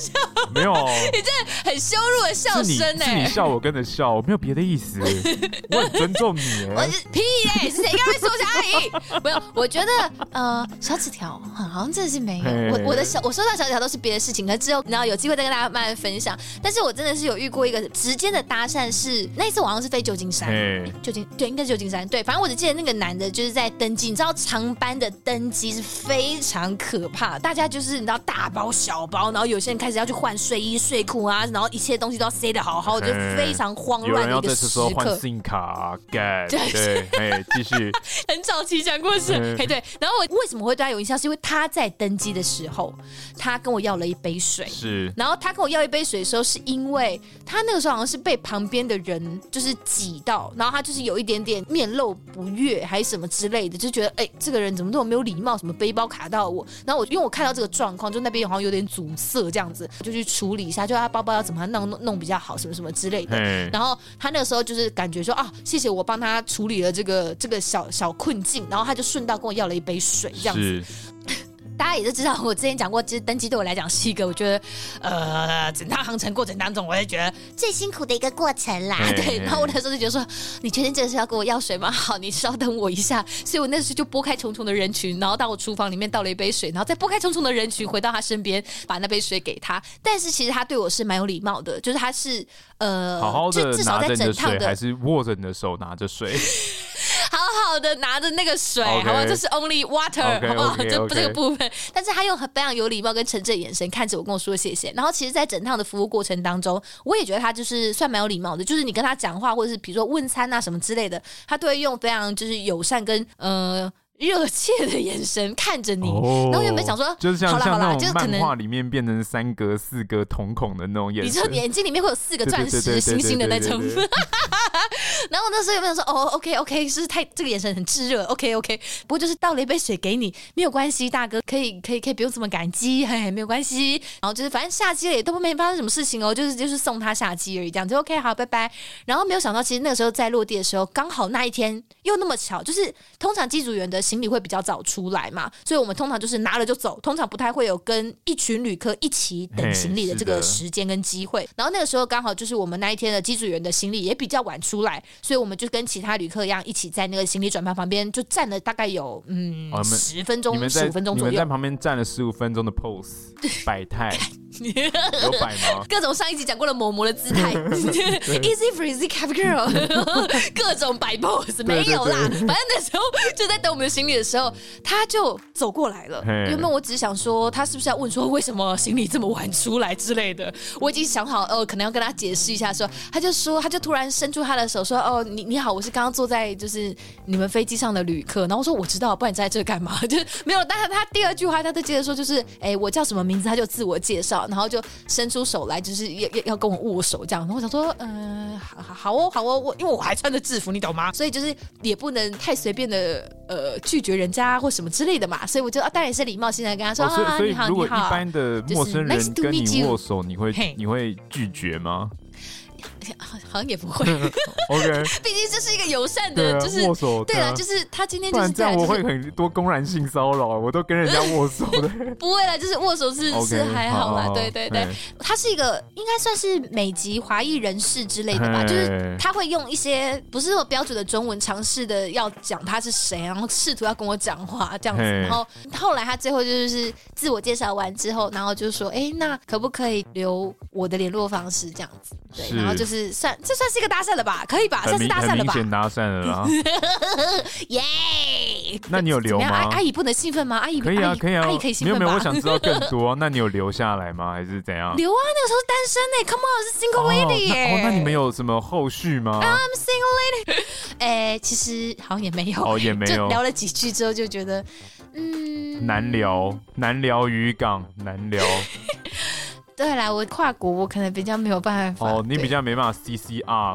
没有， 你这很羞辱的笑声哎、欸，是你笑我跟着笑，我没有别的意思，我很尊重你哎、欸。 我是屁耶、欸，是谁刚才说我是阿姨？没有，我觉得呃小纸条好像真的是没有。我我的小我收到小纸条都是别的事情，可之后然后有机会再跟大家慢慢分享。但是我真的是有遇过一个直接的搭讪是，那一次我好像是飞旧金山，旧金对，应该是旧金山，对，反正我只记得那个男的就是在登机，你知道长班的登机是非常可怕，大家就是你知道大包小包，然后有些人开始要去换睡衣睡裤啊，然后一切东西都要塞得好好的，就非常慌乱的一个时刻。有人要在这时候换 SIM 卡，干对，哎，继续。很早期讲过是，哎对，然后我为什么会对他有印象，是因为他在登机的时候，他跟我要了一杯水， 是， 然后他跟我要一杯水的时候，是因为他那个时候好像是被旁边的人就是挤到，然后他就是有一点点面露不悦还是什么之类的，就觉得哎、欸，这个人怎么这么没有礼貌，什么背包卡到我，然后我因为我看到这个状况，就那边好像有点阻塞这样子，就去处理一下，就他包包要怎么弄弄弄比较好，什么什么之类的。然后他那个时候就是感觉说啊，谢谢我帮他处理了这个这个小小困境，然后他就顺道跟我要了一杯水这样子。大家也都知道，我之前讲过，其实登机对我来讲是一个我觉得，呃，整趟航程过程当中，我也觉得最辛苦的一个过程啦。 对，然后我那时候就觉得说，你确定这个是要跟我要水吗？好，你稍等我一下。所以我那时候就拨开重重的人群，然后到我厨房里面倒了一杯水，然后再拨开重重的人群，回到他身边，把那杯水给他。但是其实他对我是蛮有礼貌的，就是他是呃， 好好的至少在整趟的， 还是握着你的手拿着水。 好好的拿着那个水， okay, 好不好？这是 only water， okay, 好不好？ okay, 这 okay. 这个部分，但是他用非常有礼貌跟诚挚的眼神看着我，跟我说谢谢。然后其实，在整趟的服务过程当中，我也觉得他就是算蛮有礼貌的，就是你跟他讲话，或者是比如说问餐啊什么之类的，他都会用非常就是友善跟呃。热切的眼神看着你，哦、然后原本想说， 就是像好啦好啦像那种漫画里面变成三格、四格瞳孔的那种眼神， 你知道眼睛里面会有四个钻石星星的那种。然后那时候有没有说，哦 ，OK OK， 是太这个眼神很炙热 ，OK OK。不过就是倒了一杯水给你，没有关系，大哥，可以可以可以不用这么感激，嘿，没有关系。然后就是反正下机了也都没发生什么事情哦，就是就是送他下机而已，这样就 OK， 好，拜拜。然后没有想到，其实那个时候在落地的时候，刚好那一天又那么巧，就是通常机组员的行李会比较早出来嘛，所以我们通常就是拿了就走，通常不太会有跟一群旅客一起等行李的这个时间跟机会。然后那个时候刚好就是我们那一天的机组员的行李也比较晚出来，所以我们就跟其他旅客一样，一起在那个行李转盘旁边就站了大概有嗯十、哦、分钟、十五分钟左右。 你们在旁边站了十五分钟的 pose 摆态。有摆吗？ 各种上一集讲过的某模的姿态，easy freezy cap girl， 各种摆 pose 没有啦。反正那时候就在等我们的行李的时候，他就走过来了。原本我只是想说，他是不是要问说为什么行李这么晚出来之类的？我已经想好，哦，可能要跟他解释一下说，他就说，他就突然伸出他的手说，哦，你你好，我是刚刚坐在就是你们飞机上的旅客。然后我说我知道，不然你在这干嘛？就没有。但是他第二句话，他就接着说，就是哎，我叫什么名字？他就自我介绍。然后就伸出手来，就是要要跟我握手这样。然后我想说，嗯、呃，好好哦，好哦，我因为我还穿着制服，你懂吗？所以就是也不能太随便的呃拒绝人家或什么之类的嘛。所以我就啊，当然也是礼貌性的跟他说、 哦、所以啊， 所以你好， 如果一般的陌生人跟你握手，你会、 就是、 你会拒绝吗？ 好像也不会 ，OK， 毕竟这是一个友善的， 啊、 就是握手， 对了，就是他今天就是这样，我会很多公然性骚扰，我都跟人家握手的， 不会啦，就是握手是、okay, 是还好啦，好好对对对，他是一个应该算是美籍华裔人士之类的吧，就是他会用一些不是那么标准的中文，尝试的要讲他是谁，然后试图要跟我讲话这样子，然后后来他最后就是自我介绍完之后，然后就说，哎，那可不可以留我的联络方式这样子？对，然后就是算这算是一个搭讪了吧，可以吧？算是搭讪了吧？ 很明显搭讪了啦。 耶！ 那你有留吗？ 阿阿姨不能兴奋吗？阿姨可以啊，可以啊， 阿姨可以兴奋吧？ 没有没有，我想知道更多。那你有留下来吗？还是怎样？ 留啊，那个时候单身呢 ，Come on， 是 single lady 耶。 哦，那你们有什么后续吗 ？I'm single lady。哎，其实好像也没有， 哦，也没有。 就聊了几句之后，就觉得嗯， 难聊，难聊渔港，难聊。 对啦，我跨国我可能比较没有办法。 哦，你比较没办法 C C R 啊。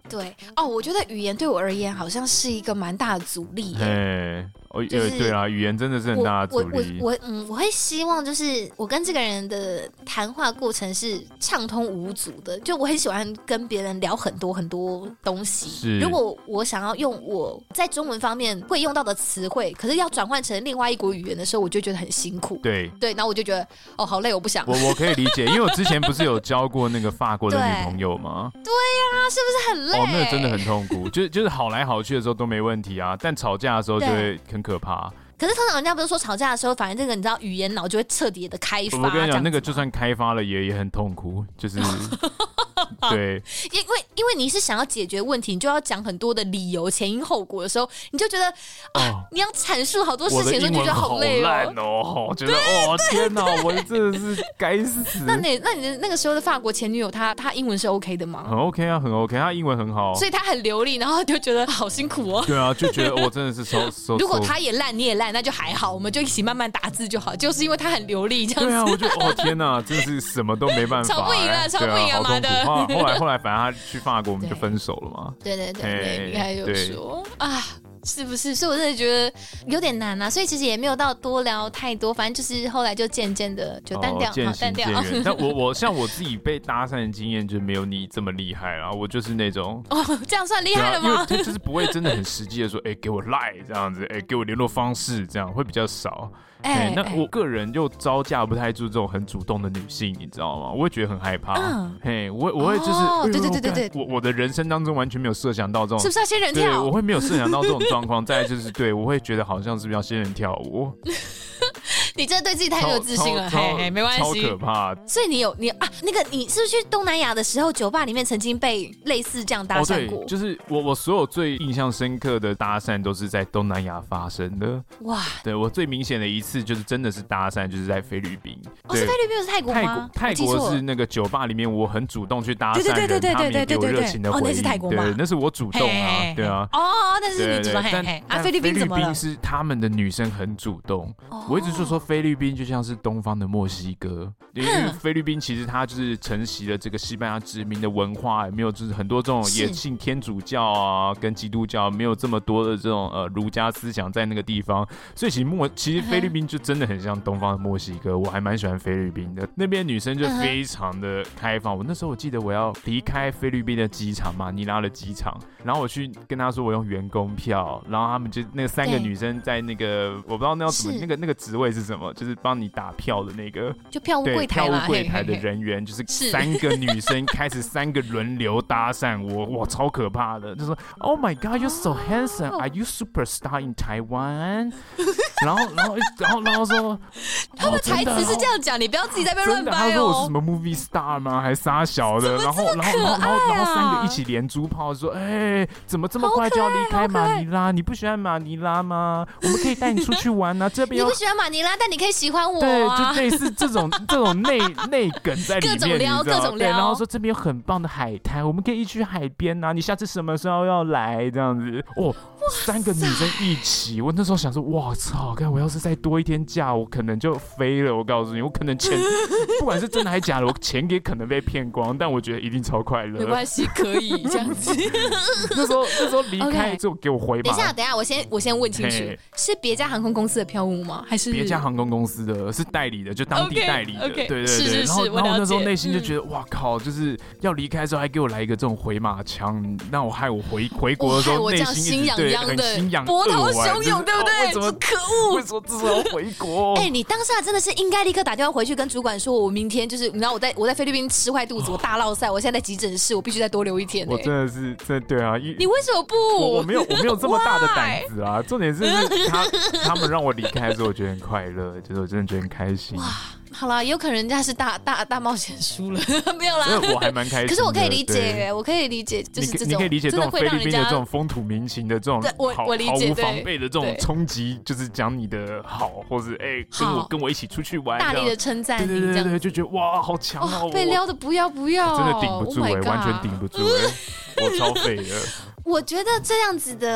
对哦，我觉得语言对我而言好像是一个蛮大的阻力耶。 哦，就是、对啊，语言真的是很大的阻力。 我我我嗯，我会希望就是我跟这个人的谈话过程是畅通无阻的，就我很喜欢跟别人聊很多很多东西。如果我想要用我在中文方面会用到的词汇，可是要转换成另外一国语言的时候，我就觉得很辛苦。 对对，然后我就觉得哦，好累，我不想。 我我可以理解，因为我之前不是有交过那个法国的女朋友吗？ 对呀、啊，是不是很累？ 哦，那个真的很痛苦，就就是好来好去的时候都没问题啊，但吵架的时候就会很可怕。 可是通常人家不是说吵架的时候，反正这个你知道语言脑就会彻底的开发。 我跟你讲，那个就算开发了也也很痛苦，就是对， 因为因为你是想要解决问题，你就要讲很多的理由、前因后果的时候，你就觉得啊，哦、你要阐述好多事情的时候，你就觉得好累哦。我觉得哦，天哪，我真的是该死。 那你那你的那个时候的法国前女友，她她英文是 OK 的吗？ 很 OK 啊，很 OK， 她英文很好， 所以她很流利，然后就觉得好辛苦哦。 对啊，就觉得我真的是收收。 如果她也烂，你也烂，那就还好，我们就一起慢慢打字就好。就是因为她很流利，这样子。 对啊，我觉得哦天哪，真是什么都没办法， 吵不赢了，吵不赢啊妈的。 后来后来反正他去法国，我们就分手了嘛。 对对对对，你还有说啊，是不是？所以我真的觉得有点难啊。所以其实也没有到多聊太多，反正就是后来就渐渐的就淡掉， 哦、 好淡掉。 但我我像我自己被搭讪的经验就没有你这么厉害啦，我就是那种哦，这样算厉害了吗？ 因为他就是不会真的很实际的说，哎、欸，给我 line 这样子，哎、欸，给我联络方式这样会比较少。哎、欸，那我个人又招架不太住这种很主动的女性，你知道吗？我会觉得很害怕。嗯，嘿，我我会就是，哦哎、对对对对对， 我我的人生当中完全没有设想到这种， 是不是要仙人跳？ 对，我会没有设想到这种状况。再来就是，对我会觉得好像是不是要仙人跳舞。 你真的对自己太没有自信了，嘿嘿，没关系， 超可怕。 所以你有你啊，那个你是不是去东南亚的时候，酒吧里面曾经被类似这样搭讪过？ 哦、对，就是我我所有最印象深刻的搭讪都是在东南亚发生的。哇，对我最明显的一次就是真的是搭讪，就是在菲律宾。 哦，是菲律宾，是泰国吗？ 泰国泰国是那个酒吧里面，我很主动去搭讪人，他们也给我热情的回应。 哦，那是泰国吗？ 对，那是我主动啊，嘿嘿对啊。 哦，那是你主动。嘿嘿啊，菲律宾怎么了？ 菲律宾是他们的女生很主动。哦、我一直就说菲律宾就像是东方的墨西哥，因为菲律宾其实它就是承袭了这个西班牙殖民的文化，也没有就是很多这种也信天主教啊跟基督教，没有这么多的这种呃儒家思想在那个地方，所以其实墨其实菲律宾就真的很像东方的墨西哥，我还蛮喜欢菲律宾的，那边女生就非常的开放。我那时候我记得我要离开菲律宾的机场马尼拉的机场，然后我去跟他说我用员工票，然后他们就那三个女生在那个我不知道那要怎么那个那个职位是什么，就是帮你打票的那个， 就票务柜台啦， 票务柜台的人员，就是三个女生开始三个轮流搭讪我，哇，超可怕的，就说 Oh my God, you're so handsome, Are you superstar in Taiwan？ 然后然后然后然后说， 他的台词是这样讲，你不要自己在那边乱掰哦。 他说我是什么 movie star 吗？还傻小的，然后然后然后然后然后三个一起连珠炮说，哎，怎么这么快就要离开马尼拉？你不喜欢马尼拉吗？我们可以带你出去玩啊，这边你不喜欢马尼拉，但你可以喜欢我、啊。 对，就类似这种这种内内梗在里面， 各种撩，各种撩。 然后说这边有很棒的海滩，我们可以一起去海边啊。你下次什么时候要来？这样子哦，三个女生一起，我那时候想说，哇操！看我要是再多一天假，我可能就飞了。我告诉你，我可能钱不管是真的还是假的，我钱也可能被骗光，但我觉得一定超快乐。 没关系，可以这样子。 那时候那时候离开之后给我回吧。 等一下，等一下，我先我先问清楚，是别家航空公司的票务吗？还是别家航空公司的？是代理的，就当地代理的。 Okay, okay, 对对对。 是是是， 然后然后我那时候内心就觉得， 嗯、 哇靠！就是要离开的时候还给我来一个这种回马枪，让我害我回回国的时候内心一直对很心痒， 波涛汹涌，对不对？ 怎么可恶？ 为什么至少要回国？ 哎、欸，你当下真的是应该立刻打电话回去跟主管说，我明天就是你知道我在我在菲律宾吃坏肚子，我大落塞，我现在在急诊室，我必须再多留一天、欸。 我真的是真对啊， 你为什么不？ 我我没有我没有这么大的胆子啊！重点是是他他们让我离开的时候，我觉得很快乐，就是我真的觉得很开心。哇， 好啦，有可能人家是大大大冒险输了，没有啦。 因为我还蛮开心的。 可是我可以理解，我可以理解，就是这种你可以理解这种菲律宾的这种风土民情的这种我我理解毫无防备的这种冲击，就是讲你的好，或者哎、欸、跟我跟我一起出去玩， 大力的称赞你， 对对对对，就觉得哇好强哦， 被撩的不要不要， 真的顶不住哎、欸， oh 完全顶不住哎、欸，我超废的。 我觉得这样子的，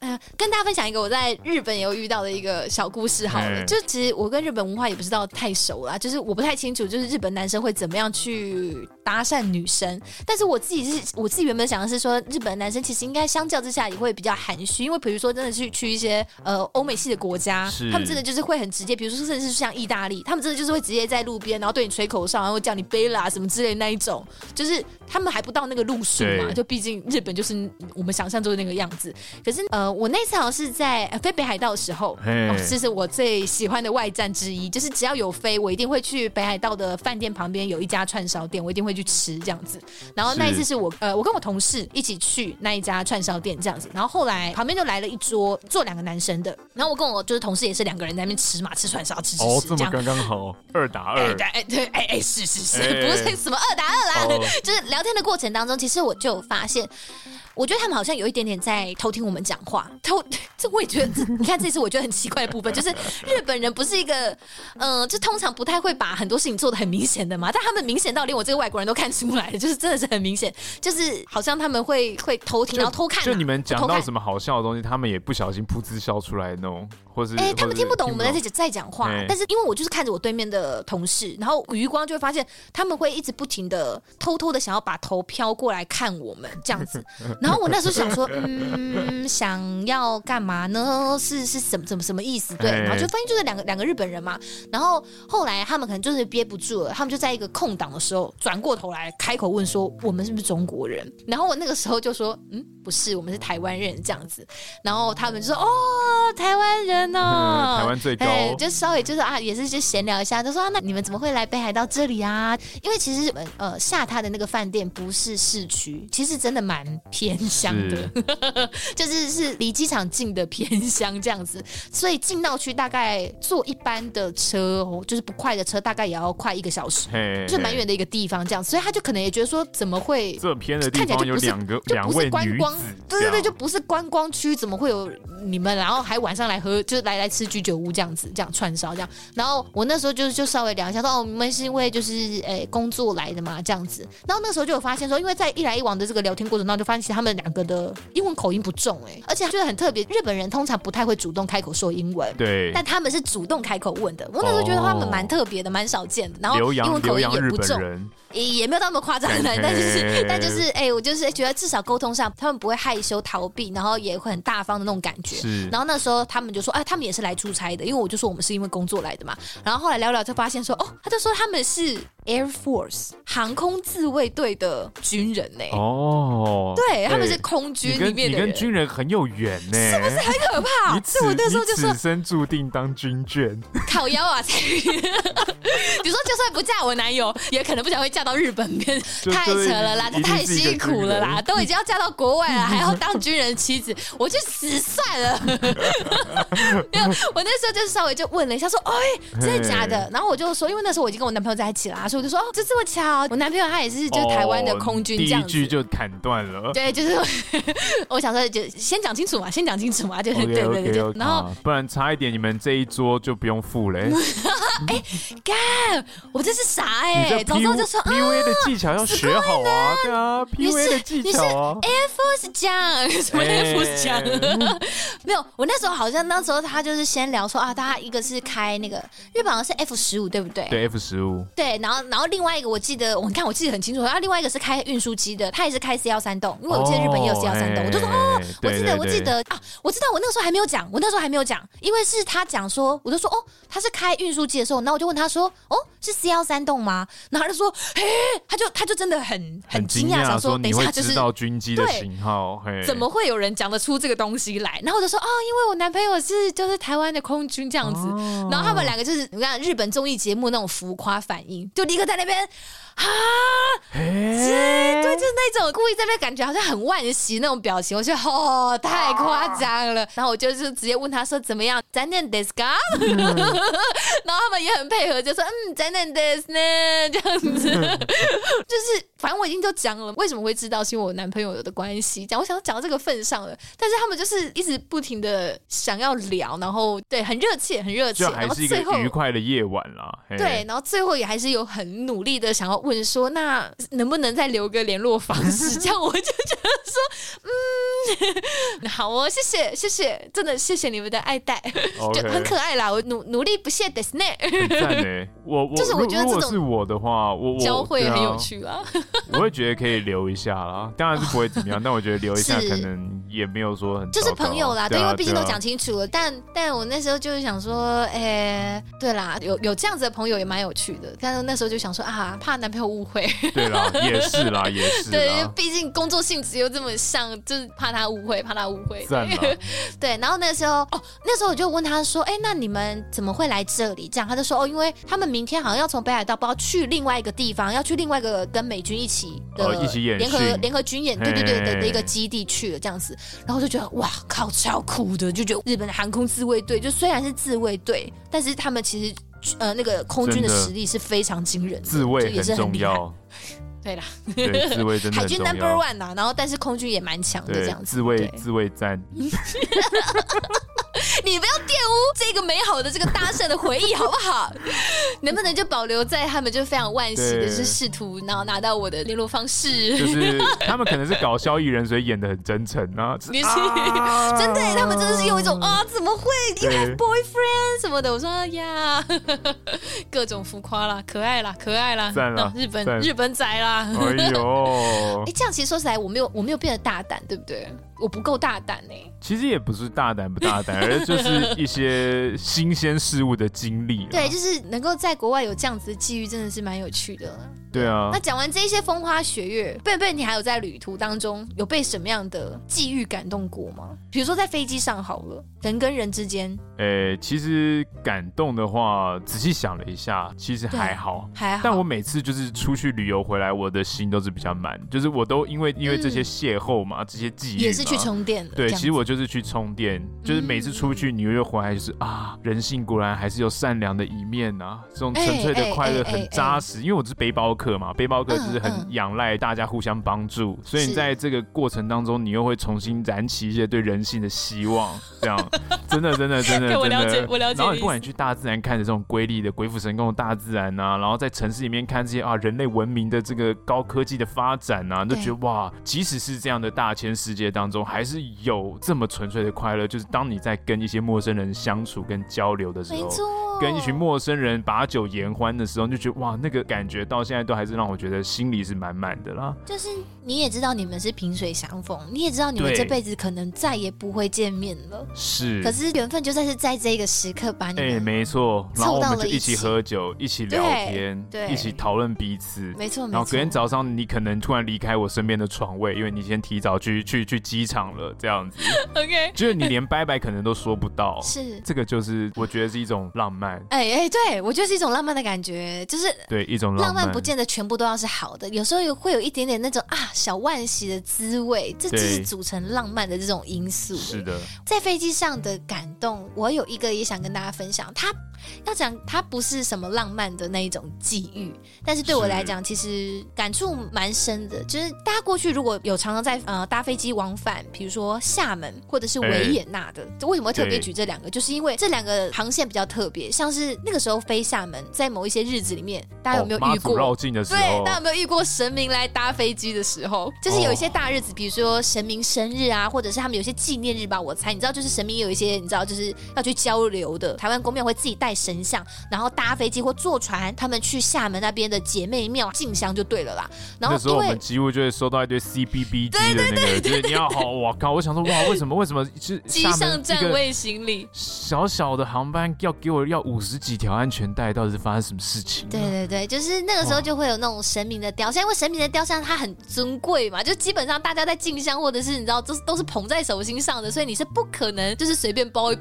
呃，跟大家分享一个我在日本也有遇到的一个小故事好了。就其实我跟日本文化也不知道太熟啦，就是我不太清楚，就是日本男生会怎么样去搭讪女生。但是我自己是我自己原本想的是说，日本男生其实应该相较之下也会比较含蓄，因为比如说真的去去一些呃欧美系的国家，他们真的就是会很直接，比如说甚至是像意大利，他们真的就是会直接在路边，然后对你吹口哨，然后叫你贝拉什么之类的那一种，就是他们还不到那个路数嘛，就毕竟日本就是我们想象中的那个样子。可是呃，我那次好像是在飞北海道的时候，哦，这是我最喜欢的外站之一，就是只要有飞，我一定会去北海道的饭店旁边有一家串烧店，我一定会去吃这样子。然后那一次是我呃，我跟我同事一起去那一家串烧店这样子，然后后来旁边就来了一桌坐两个男生的，然后我跟我就是同事也是两个人在那边吃嘛，吃串烧吃吃吃， 哦，这么刚刚好，二打二， 哎哎对哎哎是是是，欸、不是什么二打二啦，哦、就是聊天的过程当中，其实我就有发现。我觉得他们好像有一点点在偷听我们讲话，偷这我也觉得，你看这是我觉得很奇怪的部分，就是日本人不是一个，嗯、呃，就通常不太会把很多事情做得很明显的嘛，但他们明显到连我这个外国人都看出来了，就是真的是很明显，就是好像他们会会偷听，然后偷看、啊， 就你们讲到什么好笑的东西，他们也不小心噗嗤笑出来那种，或是哎、欸，他们听不懂我们在在讲话，但是因为我就是看着我对面的同事，然后余光就会发现他们会一直不停的偷偷的想要把头飘过来看我们这样子。然后我那时候想说，嗯，想要干嘛呢？是是什么什么什么意思？对，然后就发现就是两个两个日本人嘛。然后后来他们可能就是憋不住了，他们就在一个空档的时候转过头来开口问说：“我们是不是中国人？”然后我那个时候就说：“嗯，不是，我们是台湾人。”这样子。然后他们就说：“哦，台湾人哦， 台湾最高。” 就稍微就是啊，也是就闲聊一下，就说、啊：“那你们怎么会来北海道这里啊？”因为其实呃下榻的那个饭店不是市区，其实真的蛮偏乡。的就是是离机场近的偏乡这样子，所以进闹区大概坐一般的车，就是不快的车，大概也要快一个小时，就是蛮远的一个地方这样，所以他就可能也觉得说，怎么会这偏的地方有两个两位女子， 对对对，就不是观光区，怎么会有你们，然后还晚上来喝，就来来吃居酒屋这样子，这样串烧这样。然后我那时候就就稍微聊一下说，哦，你们是因为就是诶、欸、工作来的嘛这样子。然后那时候就有发现说，因为在一来一往的这个聊天过程当中，就发现其实他们两个的英文口音不重哎、欸，而且觉得很特别。日本人通常不太会主动开口说英文， 对， 但他们是主动开口问的。我那时候觉得他们蛮特别的，蛮少见的。然后英文口音也不重，也也没有那么夸张的，但就是但就是哎、欸，我就是觉得至少沟通上他们不会害羞逃避，然后也会很大方的那种感觉。然后那时候他们就说，哎、啊，他们也是来出差的，因为我就说我们是因为工作来的嘛。然后后来聊聊就发现说，哦，他就说他们是 Air Force 航空自卫队的军人呢、欸。哦，对，他们是空军里面的人。 你跟军人很有缘呢、欸， 是不是很可怕？所以我那时候就说， 此生注定当军眷， 靠腰啊！比如说，就算不嫁我男友，也可能不想会嫁到日本边，太扯了啦，太辛苦了啦，都已经要嫁到国外了，还要当军人妻子，我去死算了。我那时候就稍微就问了一下，说：“哎、欸，真的假的？”然后我就说，因为那时候我已经跟我男朋友在一起啦，所以我就说：“哦，就这么巧，我男朋友他也是就是台湾的空军这样子。” 第一句就砍断了。 对，就是我想说，就先讲清楚嘛，先讲清楚嘛，就是 okay, 对对对， okay, okay, 然后、 啊、不然差一点你们这一桌就不用付嘞。 哎，干，我真是傻哎、欸！早知道就说 P U A 的技巧要学好啊，对啊 ，P U A 的技巧啊 ，Air Force 奖什么 Air Force 奖？没有，我那时候好像那时候他就是先聊说啊，他一个是开那个日本好像是 F 十五对不对？ 对 F 十五， 对，然后然后另外一个我记得，我看我记得很清楚，然后另外一个是开运输机的，他也是开 C 一三栋，因为我记得日本也有 C 一三栋，我就说哦，我记得我记得啊，我知道我那个时候还没有讲，我那时候还没有讲，因为是他讲说，我就说哦，他是开运输机的时候，然后我就问他说哦，是 C 一三栋吗？然后他就说嘿，他就他就真的很很惊讶，想说等一下就是知道军机的型号， 怎么会有人讲得出这个东西来？然后我就说哦，因为我男朋友是就是台湾的空军这样子，哦、然后他们两个就是你看日本综艺节目那种浮夸反应，就立刻在那边啊，对，就是那种故意在那边感觉好像很惋惜那种表情，我觉得哦太夸张了。然后我就是直接问他说怎么样，残念ですか？然后他们们也很配合，就说嗯，真的ですね这样子，就是反正我已经都讲了，为什么会知道是因为我男朋友的关系，讲我想讲到这个份上了，但是他们就是一直不停的想要聊，然后对很热切很热切， 就还是一个愉快的夜晚啦。 对，然后最后也还是有很努力的想要问说，那能不能再留个联络方式？这样我就觉得说，嗯，好哦，谢谢谢谢，真的谢谢你们的爱戴， okay. 就很可爱啦。我努努力不懈ですね， 很赞欸。我我就是我觉得这种是我的话，我我交汇很有趣啊。 我会觉得可以留一下啦，当然是不会怎么样，但我觉得留一下可能也没有说很就是朋友啦，对， 对啊， 因为毕竟都讲清楚了。但但我那时候就是想说，哎、欸，对啦，有有这样子的朋友也蛮有趣的。但是那时候就想说啊，怕男朋友误会。 对啦，也是啦，也是啦。 对，毕竟工作性质又这么像，就是怕他误会，怕他误会。 赞啦。 对，然后那时候哦，那时候我就问他说，哎、欸，那你们怎么会来这里？这样他就说哦，因为他们明天好像要从北海道不知道去另外一个地方，要去另外一个跟美军一起的、 哦、一起演联合联合军演，对对对的的一个基地去了这样子。然后就觉得哇靠，超酷的，就觉得日本的航空自卫队就虽然是自卫队，但是他们其实呃那个空军的实力是非常惊人的， 自卫很重要。 对啦， 对，自卫真的很重要。 海军 number one 呐、啊，然后但是空军也蛮强的这样子。 自卫自卫战。 你不要玷污这个美好的这个搭讪的回忆好不好？能不能就保留在他们就非常惋惜的是试图然后拿到我的联络方式， 就是他们可能是搞笑艺人，所以演得很真诚啊。 你是、啊、真的，他们真的是用一种啊怎么会 you have boyfriend 什么的，我说呀，各种浮夸啦，可爱啦，可爱啦， 赞啦， 日本日本仔啦。 哎呦， 哎，这样其实说实在，我没有我没有变得大胆，对不对？我不够大胆呢、欸。 其实也不是大胆不大胆，而就是一些新鲜事物的经历。 对，就是能够在国外有这样子的际遇，真的是蛮有趣的。 对啊。 那讲完这些风花雪月，贝贝，你还有在旅途当中有被什么样的际遇感动过吗？比如说在飞机上好了，人跟人之间。 诶，其实感动的话，仔细想了一下，其实还好， 还好。 但我每次就是出去旅游回来，我的心都是比较满，就是我都因为因为这些邂逅嘛，嗯、这些际遇也是去充电的。 对，其实我就是去充电，就是每次出去纽约回来，就是啊，人性果然还是有善良的一面啊，这种纯粹的快乐很扎实。因为我是背包客嘛，背包客就是很仰赖大家互相帮助，嗯嗯、所以你在这个过程当中，你又会重新燃起一些对人性的希望，这样真的真的真的真的。 我了解，我了解。 然后你不管你去大自然看着这种瑰丽的鬼斧神工的大自然啊，然后在城市里面看这些啊人类文明的这个高科技的发展啊，你就觉得哇，即使是这样的大千世界当中，还是有这么纯粹的快乐。就是当你在跟一些陌生人相处跟交流的时候，跟一群陌生人把酒言欢的时候，你就觉得哇，那个感觉到现在都还是让我觉得心里是满满的啦。 就是你也知道你们是萍水相逢，你也知道你们这辈子可能再也不会见面了， 是。 可是缘分就算是在这个时刻把你们， 哎、欸，没错，然后我们就一起喝酒，一起聊天， 对， 一起讨论彼此， 没错。 然后隔天早上你可能突然离开我身边的床位，因为你先提早去去去机场了，这样子。 OK， 就是你连拜拜可能都说不到， 是这个就是我觉得是一种浪漫。 哎哎、欸，对我觉得是一种浪漫的感觉，就是对一种浪漫， 浪漫不见得全部都要是好的，有时候会有一点点那种啊小惋惜的滋味，这就是组成浪漫的这种因素。 是的， 在飞机上的感动，我有一个也想跟大家分享，它要讲它不是什么浪漫的那一种际遇，但是对我来讲其实感触蛮深的。就是大家过去如果有常常在呃搭飞机往返，比如说厦门或者是维也纳的，欸、为什么会特别举这两个？就是因为这两个航线比较特别，像是那个时候飞厦门，在某一些日子里面，大家有没有遇过？ 哦、绕境的时候， 对，大家有没有遇过神明来搭飞机的时候？就是有一些大日子，比如说神明生日啊，或者是他们有些纪念日吧，我猜你知道，就是神明有一些你知道就是要去交流的，台湾公庙会自己带神像，然后搭飞机或坐船，他们去厦门那边的姐妹庙进香就对了啦。然后那时候我们几乎就会收到一堆 C B B G 的那个，就是你要好，我靠！我想说哇，为什么为什么是机上占位行李小小的航班要给我要五十几条安全带，到底是发生什么事情、啊？ 对对对，就是那个时候就会有那种神明的雕像，因为神明的雕像它很尊贵嘛，就基本上大家在进香或者是你知道都是都是捧在手心上的，所以你是不可能就是随便包一包装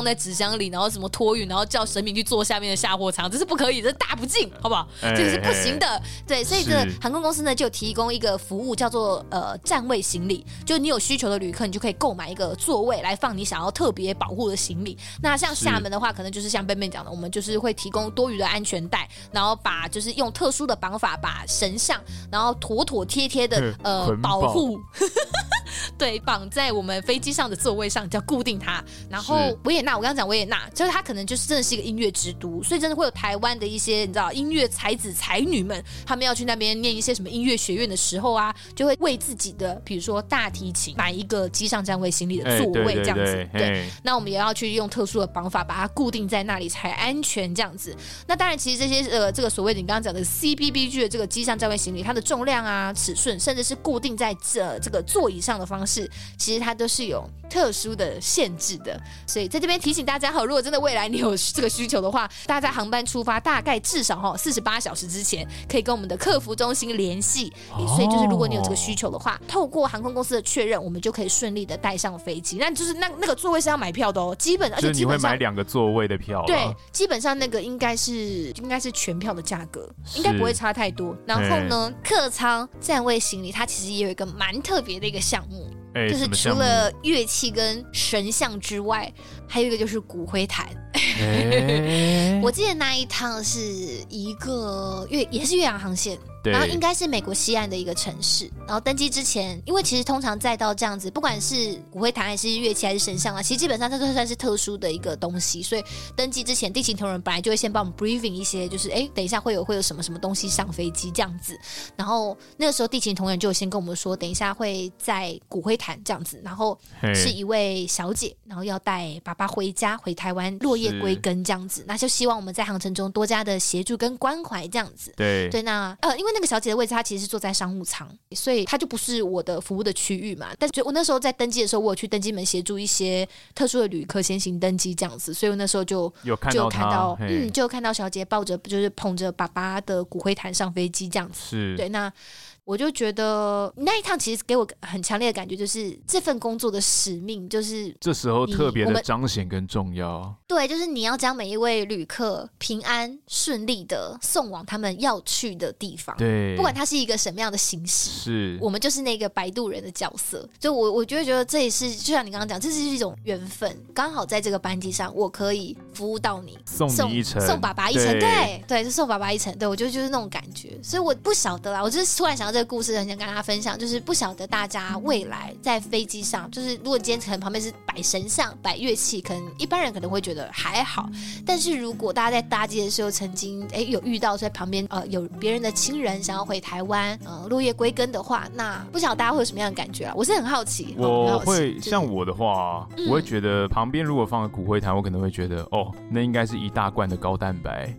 在纸箱里，然后什么托运，然后叫神明去做下面的下货仓，这是不可以，这是大不敬，好不好？欸、这个是不行的。欸、对，所以这航空公司呢就提供一个服务叫做呃占位行李，就是你有需求的旅客，你就可以购买一个座位来放你想要特别保护的行李。那像厦门的话，可能就是像贝贝讲的，我们就是会提供多余的安全带，然后把就是用特殊的绑法把神像，然后妥妥帖帖的呃保护。对，绑在我们飞机上的座位上，叫固定它。然后维也纳，我刚刚讲维也纳，就是它可能就是真的是一个音乐之都，所以真的会有台湾的一些你知道音乐才子才女们，他们要去那边念一些什么音乐学院的时候啊，就会为自己的比如说大提琴买一个机上占位行李的座位这样子。欸、对, 对, 对, 对，那我们也要去用特殊的绑法把它固定在那里才安全这样子。那当然，其实这些呃这个所谓的你刚刚讲的 C B B G 的这个机上占位行李，它的重量啊、尺寸，甚至是固定在这这个座椅上的方式，其实它都是有特殊的限制的。所以在这边提醒大家哈，如果真的未来你有这个需求的话，大家在航班出发大概至少哈四十八小时之前，可以跟我们的客服中心联系。哦、所以就是如果你有这个需求的话，透过航空公司的确认，我们就可以顺利的带上飞机。那就是那那个座位是要买票的哦，基本而且基本上就是你会买两个座位的票。 对，基本上那个应该是应该是全票的价格，应该不会差太多。然后呢，客舱占位行李它其实也有一个蛮特别的一个项目。欸、就是除了乐器跟神像之外，还有一个就是骨灰坛。欸、我记得那一趟是一个越也是越洋航线，然后应该是美国西岸的一个城市。然后登机之前，因为其实通常载到这样子，不管是骨灰坛还是乐器还是神像啊，其实基本上它都算是特殊的一个东西，所以登机之前，地勤同仁本来就会先帮我们 briefing 一些，就是哎，等一下会有会有什么什么东西上飞机这样子。然后那个时候地勤同仁就有先跟我们说，等一下会在骨灰坛这样子，然后是一位小姐，然后要带爸爸回家回台湾落叶归根这样子，那就希望我们在航程中多加的协助跟关怀这样子。 对对，那呃，因为那个小姐的位置她其实是坐在商务舱，所以她就不是我的服务的区域嘛。但是我那时候在登机的时候，我有去登机门协助一些特殊的旅客先行登机这样子，所以我那时候就有看到她，就看到嗯，就看到小姐抱着就是捧着爸爸的骨灰坛上飞机这样子。 是， 对，那我就觉得那一趟其实给我很强烈的感觉，就是这份工作的使命，就是这时候特别的彰显跟重要。 对，就是你要将每一位旅客平安顺利的送往他们要去的地方。 对， 不管他是一个什么样的形式， 是我们就是那个摆渡人的角色。就我我就会觉得这也是就像你刚刚讲，这是一种缘分，刚好在这个班机上，我可以服务到你， 送你一程， 送爸爸一程，对对，就送爸爸一程。对，我觉得就是那种感觉。所以我不晓得啦，我就是突然想到这个故事，很想跟大家分享，就是不晓得大家未来在飞机上，就是如果今天可能旁边是摆神像、摆乐器，可能一般人可能会觉得还好，但是如果大家在搭机的时候曾经哎有遇到在旁边呃有别人的亲人想要回台湾呃落叶归根的话，那不晓得大家会有什么样的感觉啊？我是很好奇。 我会、就是、像我的话，嗯、我会觉得旁边如果放个骨灰坛，我可能会觉得哦，那应该是一大罐的高蛋白。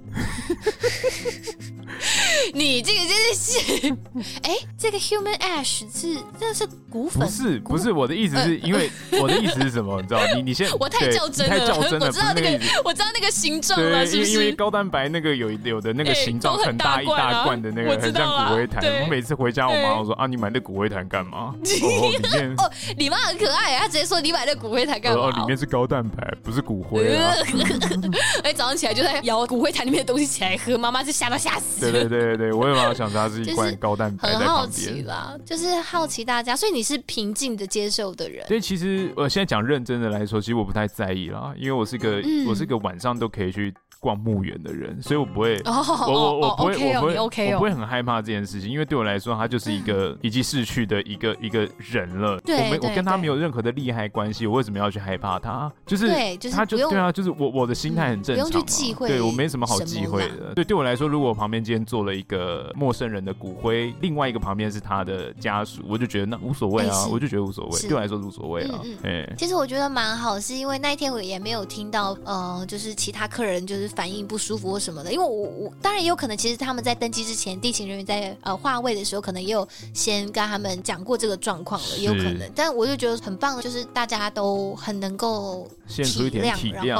你这个真的是，哎，这个 human ash 是真的是骨粉？ 不是，不是，我的意思是因为我的意思是什么？你知道？你你先， 我太较真了， 太较真了， 我知道那个，我知道那个形状了，是不是？ 因为高蛋白那个有有的那个形状很大一大罐的那个，很像骨灰坛。我每次回家，我妈说啊，你买那骨灰坛干嘛？哦，里面哦，你妈很可爱，她直接说你买那骨灰坛干嘛？ 哦，里面是高蛋白，不是骨灰啊。 哎，早上起来就在摇骨灰坛里面的东西起来喝，妈妈是吓到吓死。 对对对对对，我也蛮想它是一罐高蛋白在旁边， 很好奇啦，就是好奇大家，所以你是平静的接受的人。 对，其实我现在讲认真的来说，其实我不太在意啦，因为我是个、嗯、我是个晚上都可以去逛墓园的人，所以我不会，哦、我我我不会， okay 我不会， okay 我不会很害怕这件事情，因为对我来说，他就是一个已经逝去的一个一个人了。 对， 我没我跟他没有任何的利害关系，我为什么要去害怕他？就是对，就是他就对啊，就是我我的心态很正常、啊， 不用去忌讳， 对我没什么好忌讳的。对，对我来说，如果我旁边今天坐了一个陌生人的骨灰，另外一个旁边是他的家属，我就觉得那无所谓啊，我就觉得无所谓，对我来说无所谓啊。嗯嗯欸、其实我觉得蛮好，是因为那一天我也没有听到呃，就是其他客人就是反应不舒服。什么的，因为我我当然也有可能，其实他们在登机之前，地勤人员在呃划位的时候，可能也有先跟他们讲过这个状况了，也有可能。但我就觉得很棒的，就是大家都很能够献出一点体谅，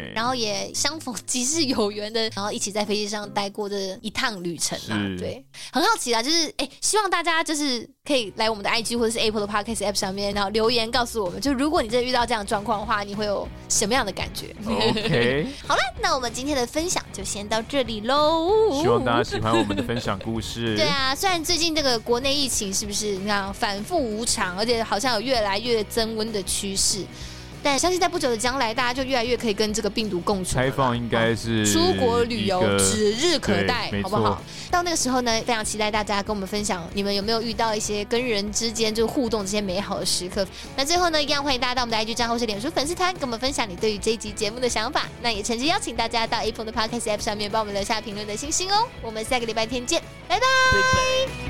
然后也相逢即是有缘的，然后一起在飞机上待过这一趟旅程啊，对，很好奇啦，就是哎，希望大家就是可以来我们的 I G 或者是 Apple 的 Podcast App 上面，然后留言告诉我们，就如果你真的遇到这样的状况的话，你会有什么样的感觉 ？OK， 好了，那我们今天的分享就先到这里喽。 希望大家喜欢我们的分享故事。 对啊，虽然最近这个国内疫情是不是你看反复无常，而且好像有越来越增温的趋势。但相信在不久的将来，大家就越来越可以跟这个病毒共存。 开放应该是出国旅游指日可待，好不好？到那个时候呢，非常期待大家跟我们分享，你们有没有遇到一些跟人之间就互动这些美好的时刻？那最后呢，一样欢迎大家到我们的 I G 账号或是脸书粉丝团，跟我们分享你对于这一集节目的想法。那也诚挚邀请大家到 Apple 的 Podcast App 上面帮我们留下评论的星星哦。我们下个礼拜天见，拜拜。拜拜。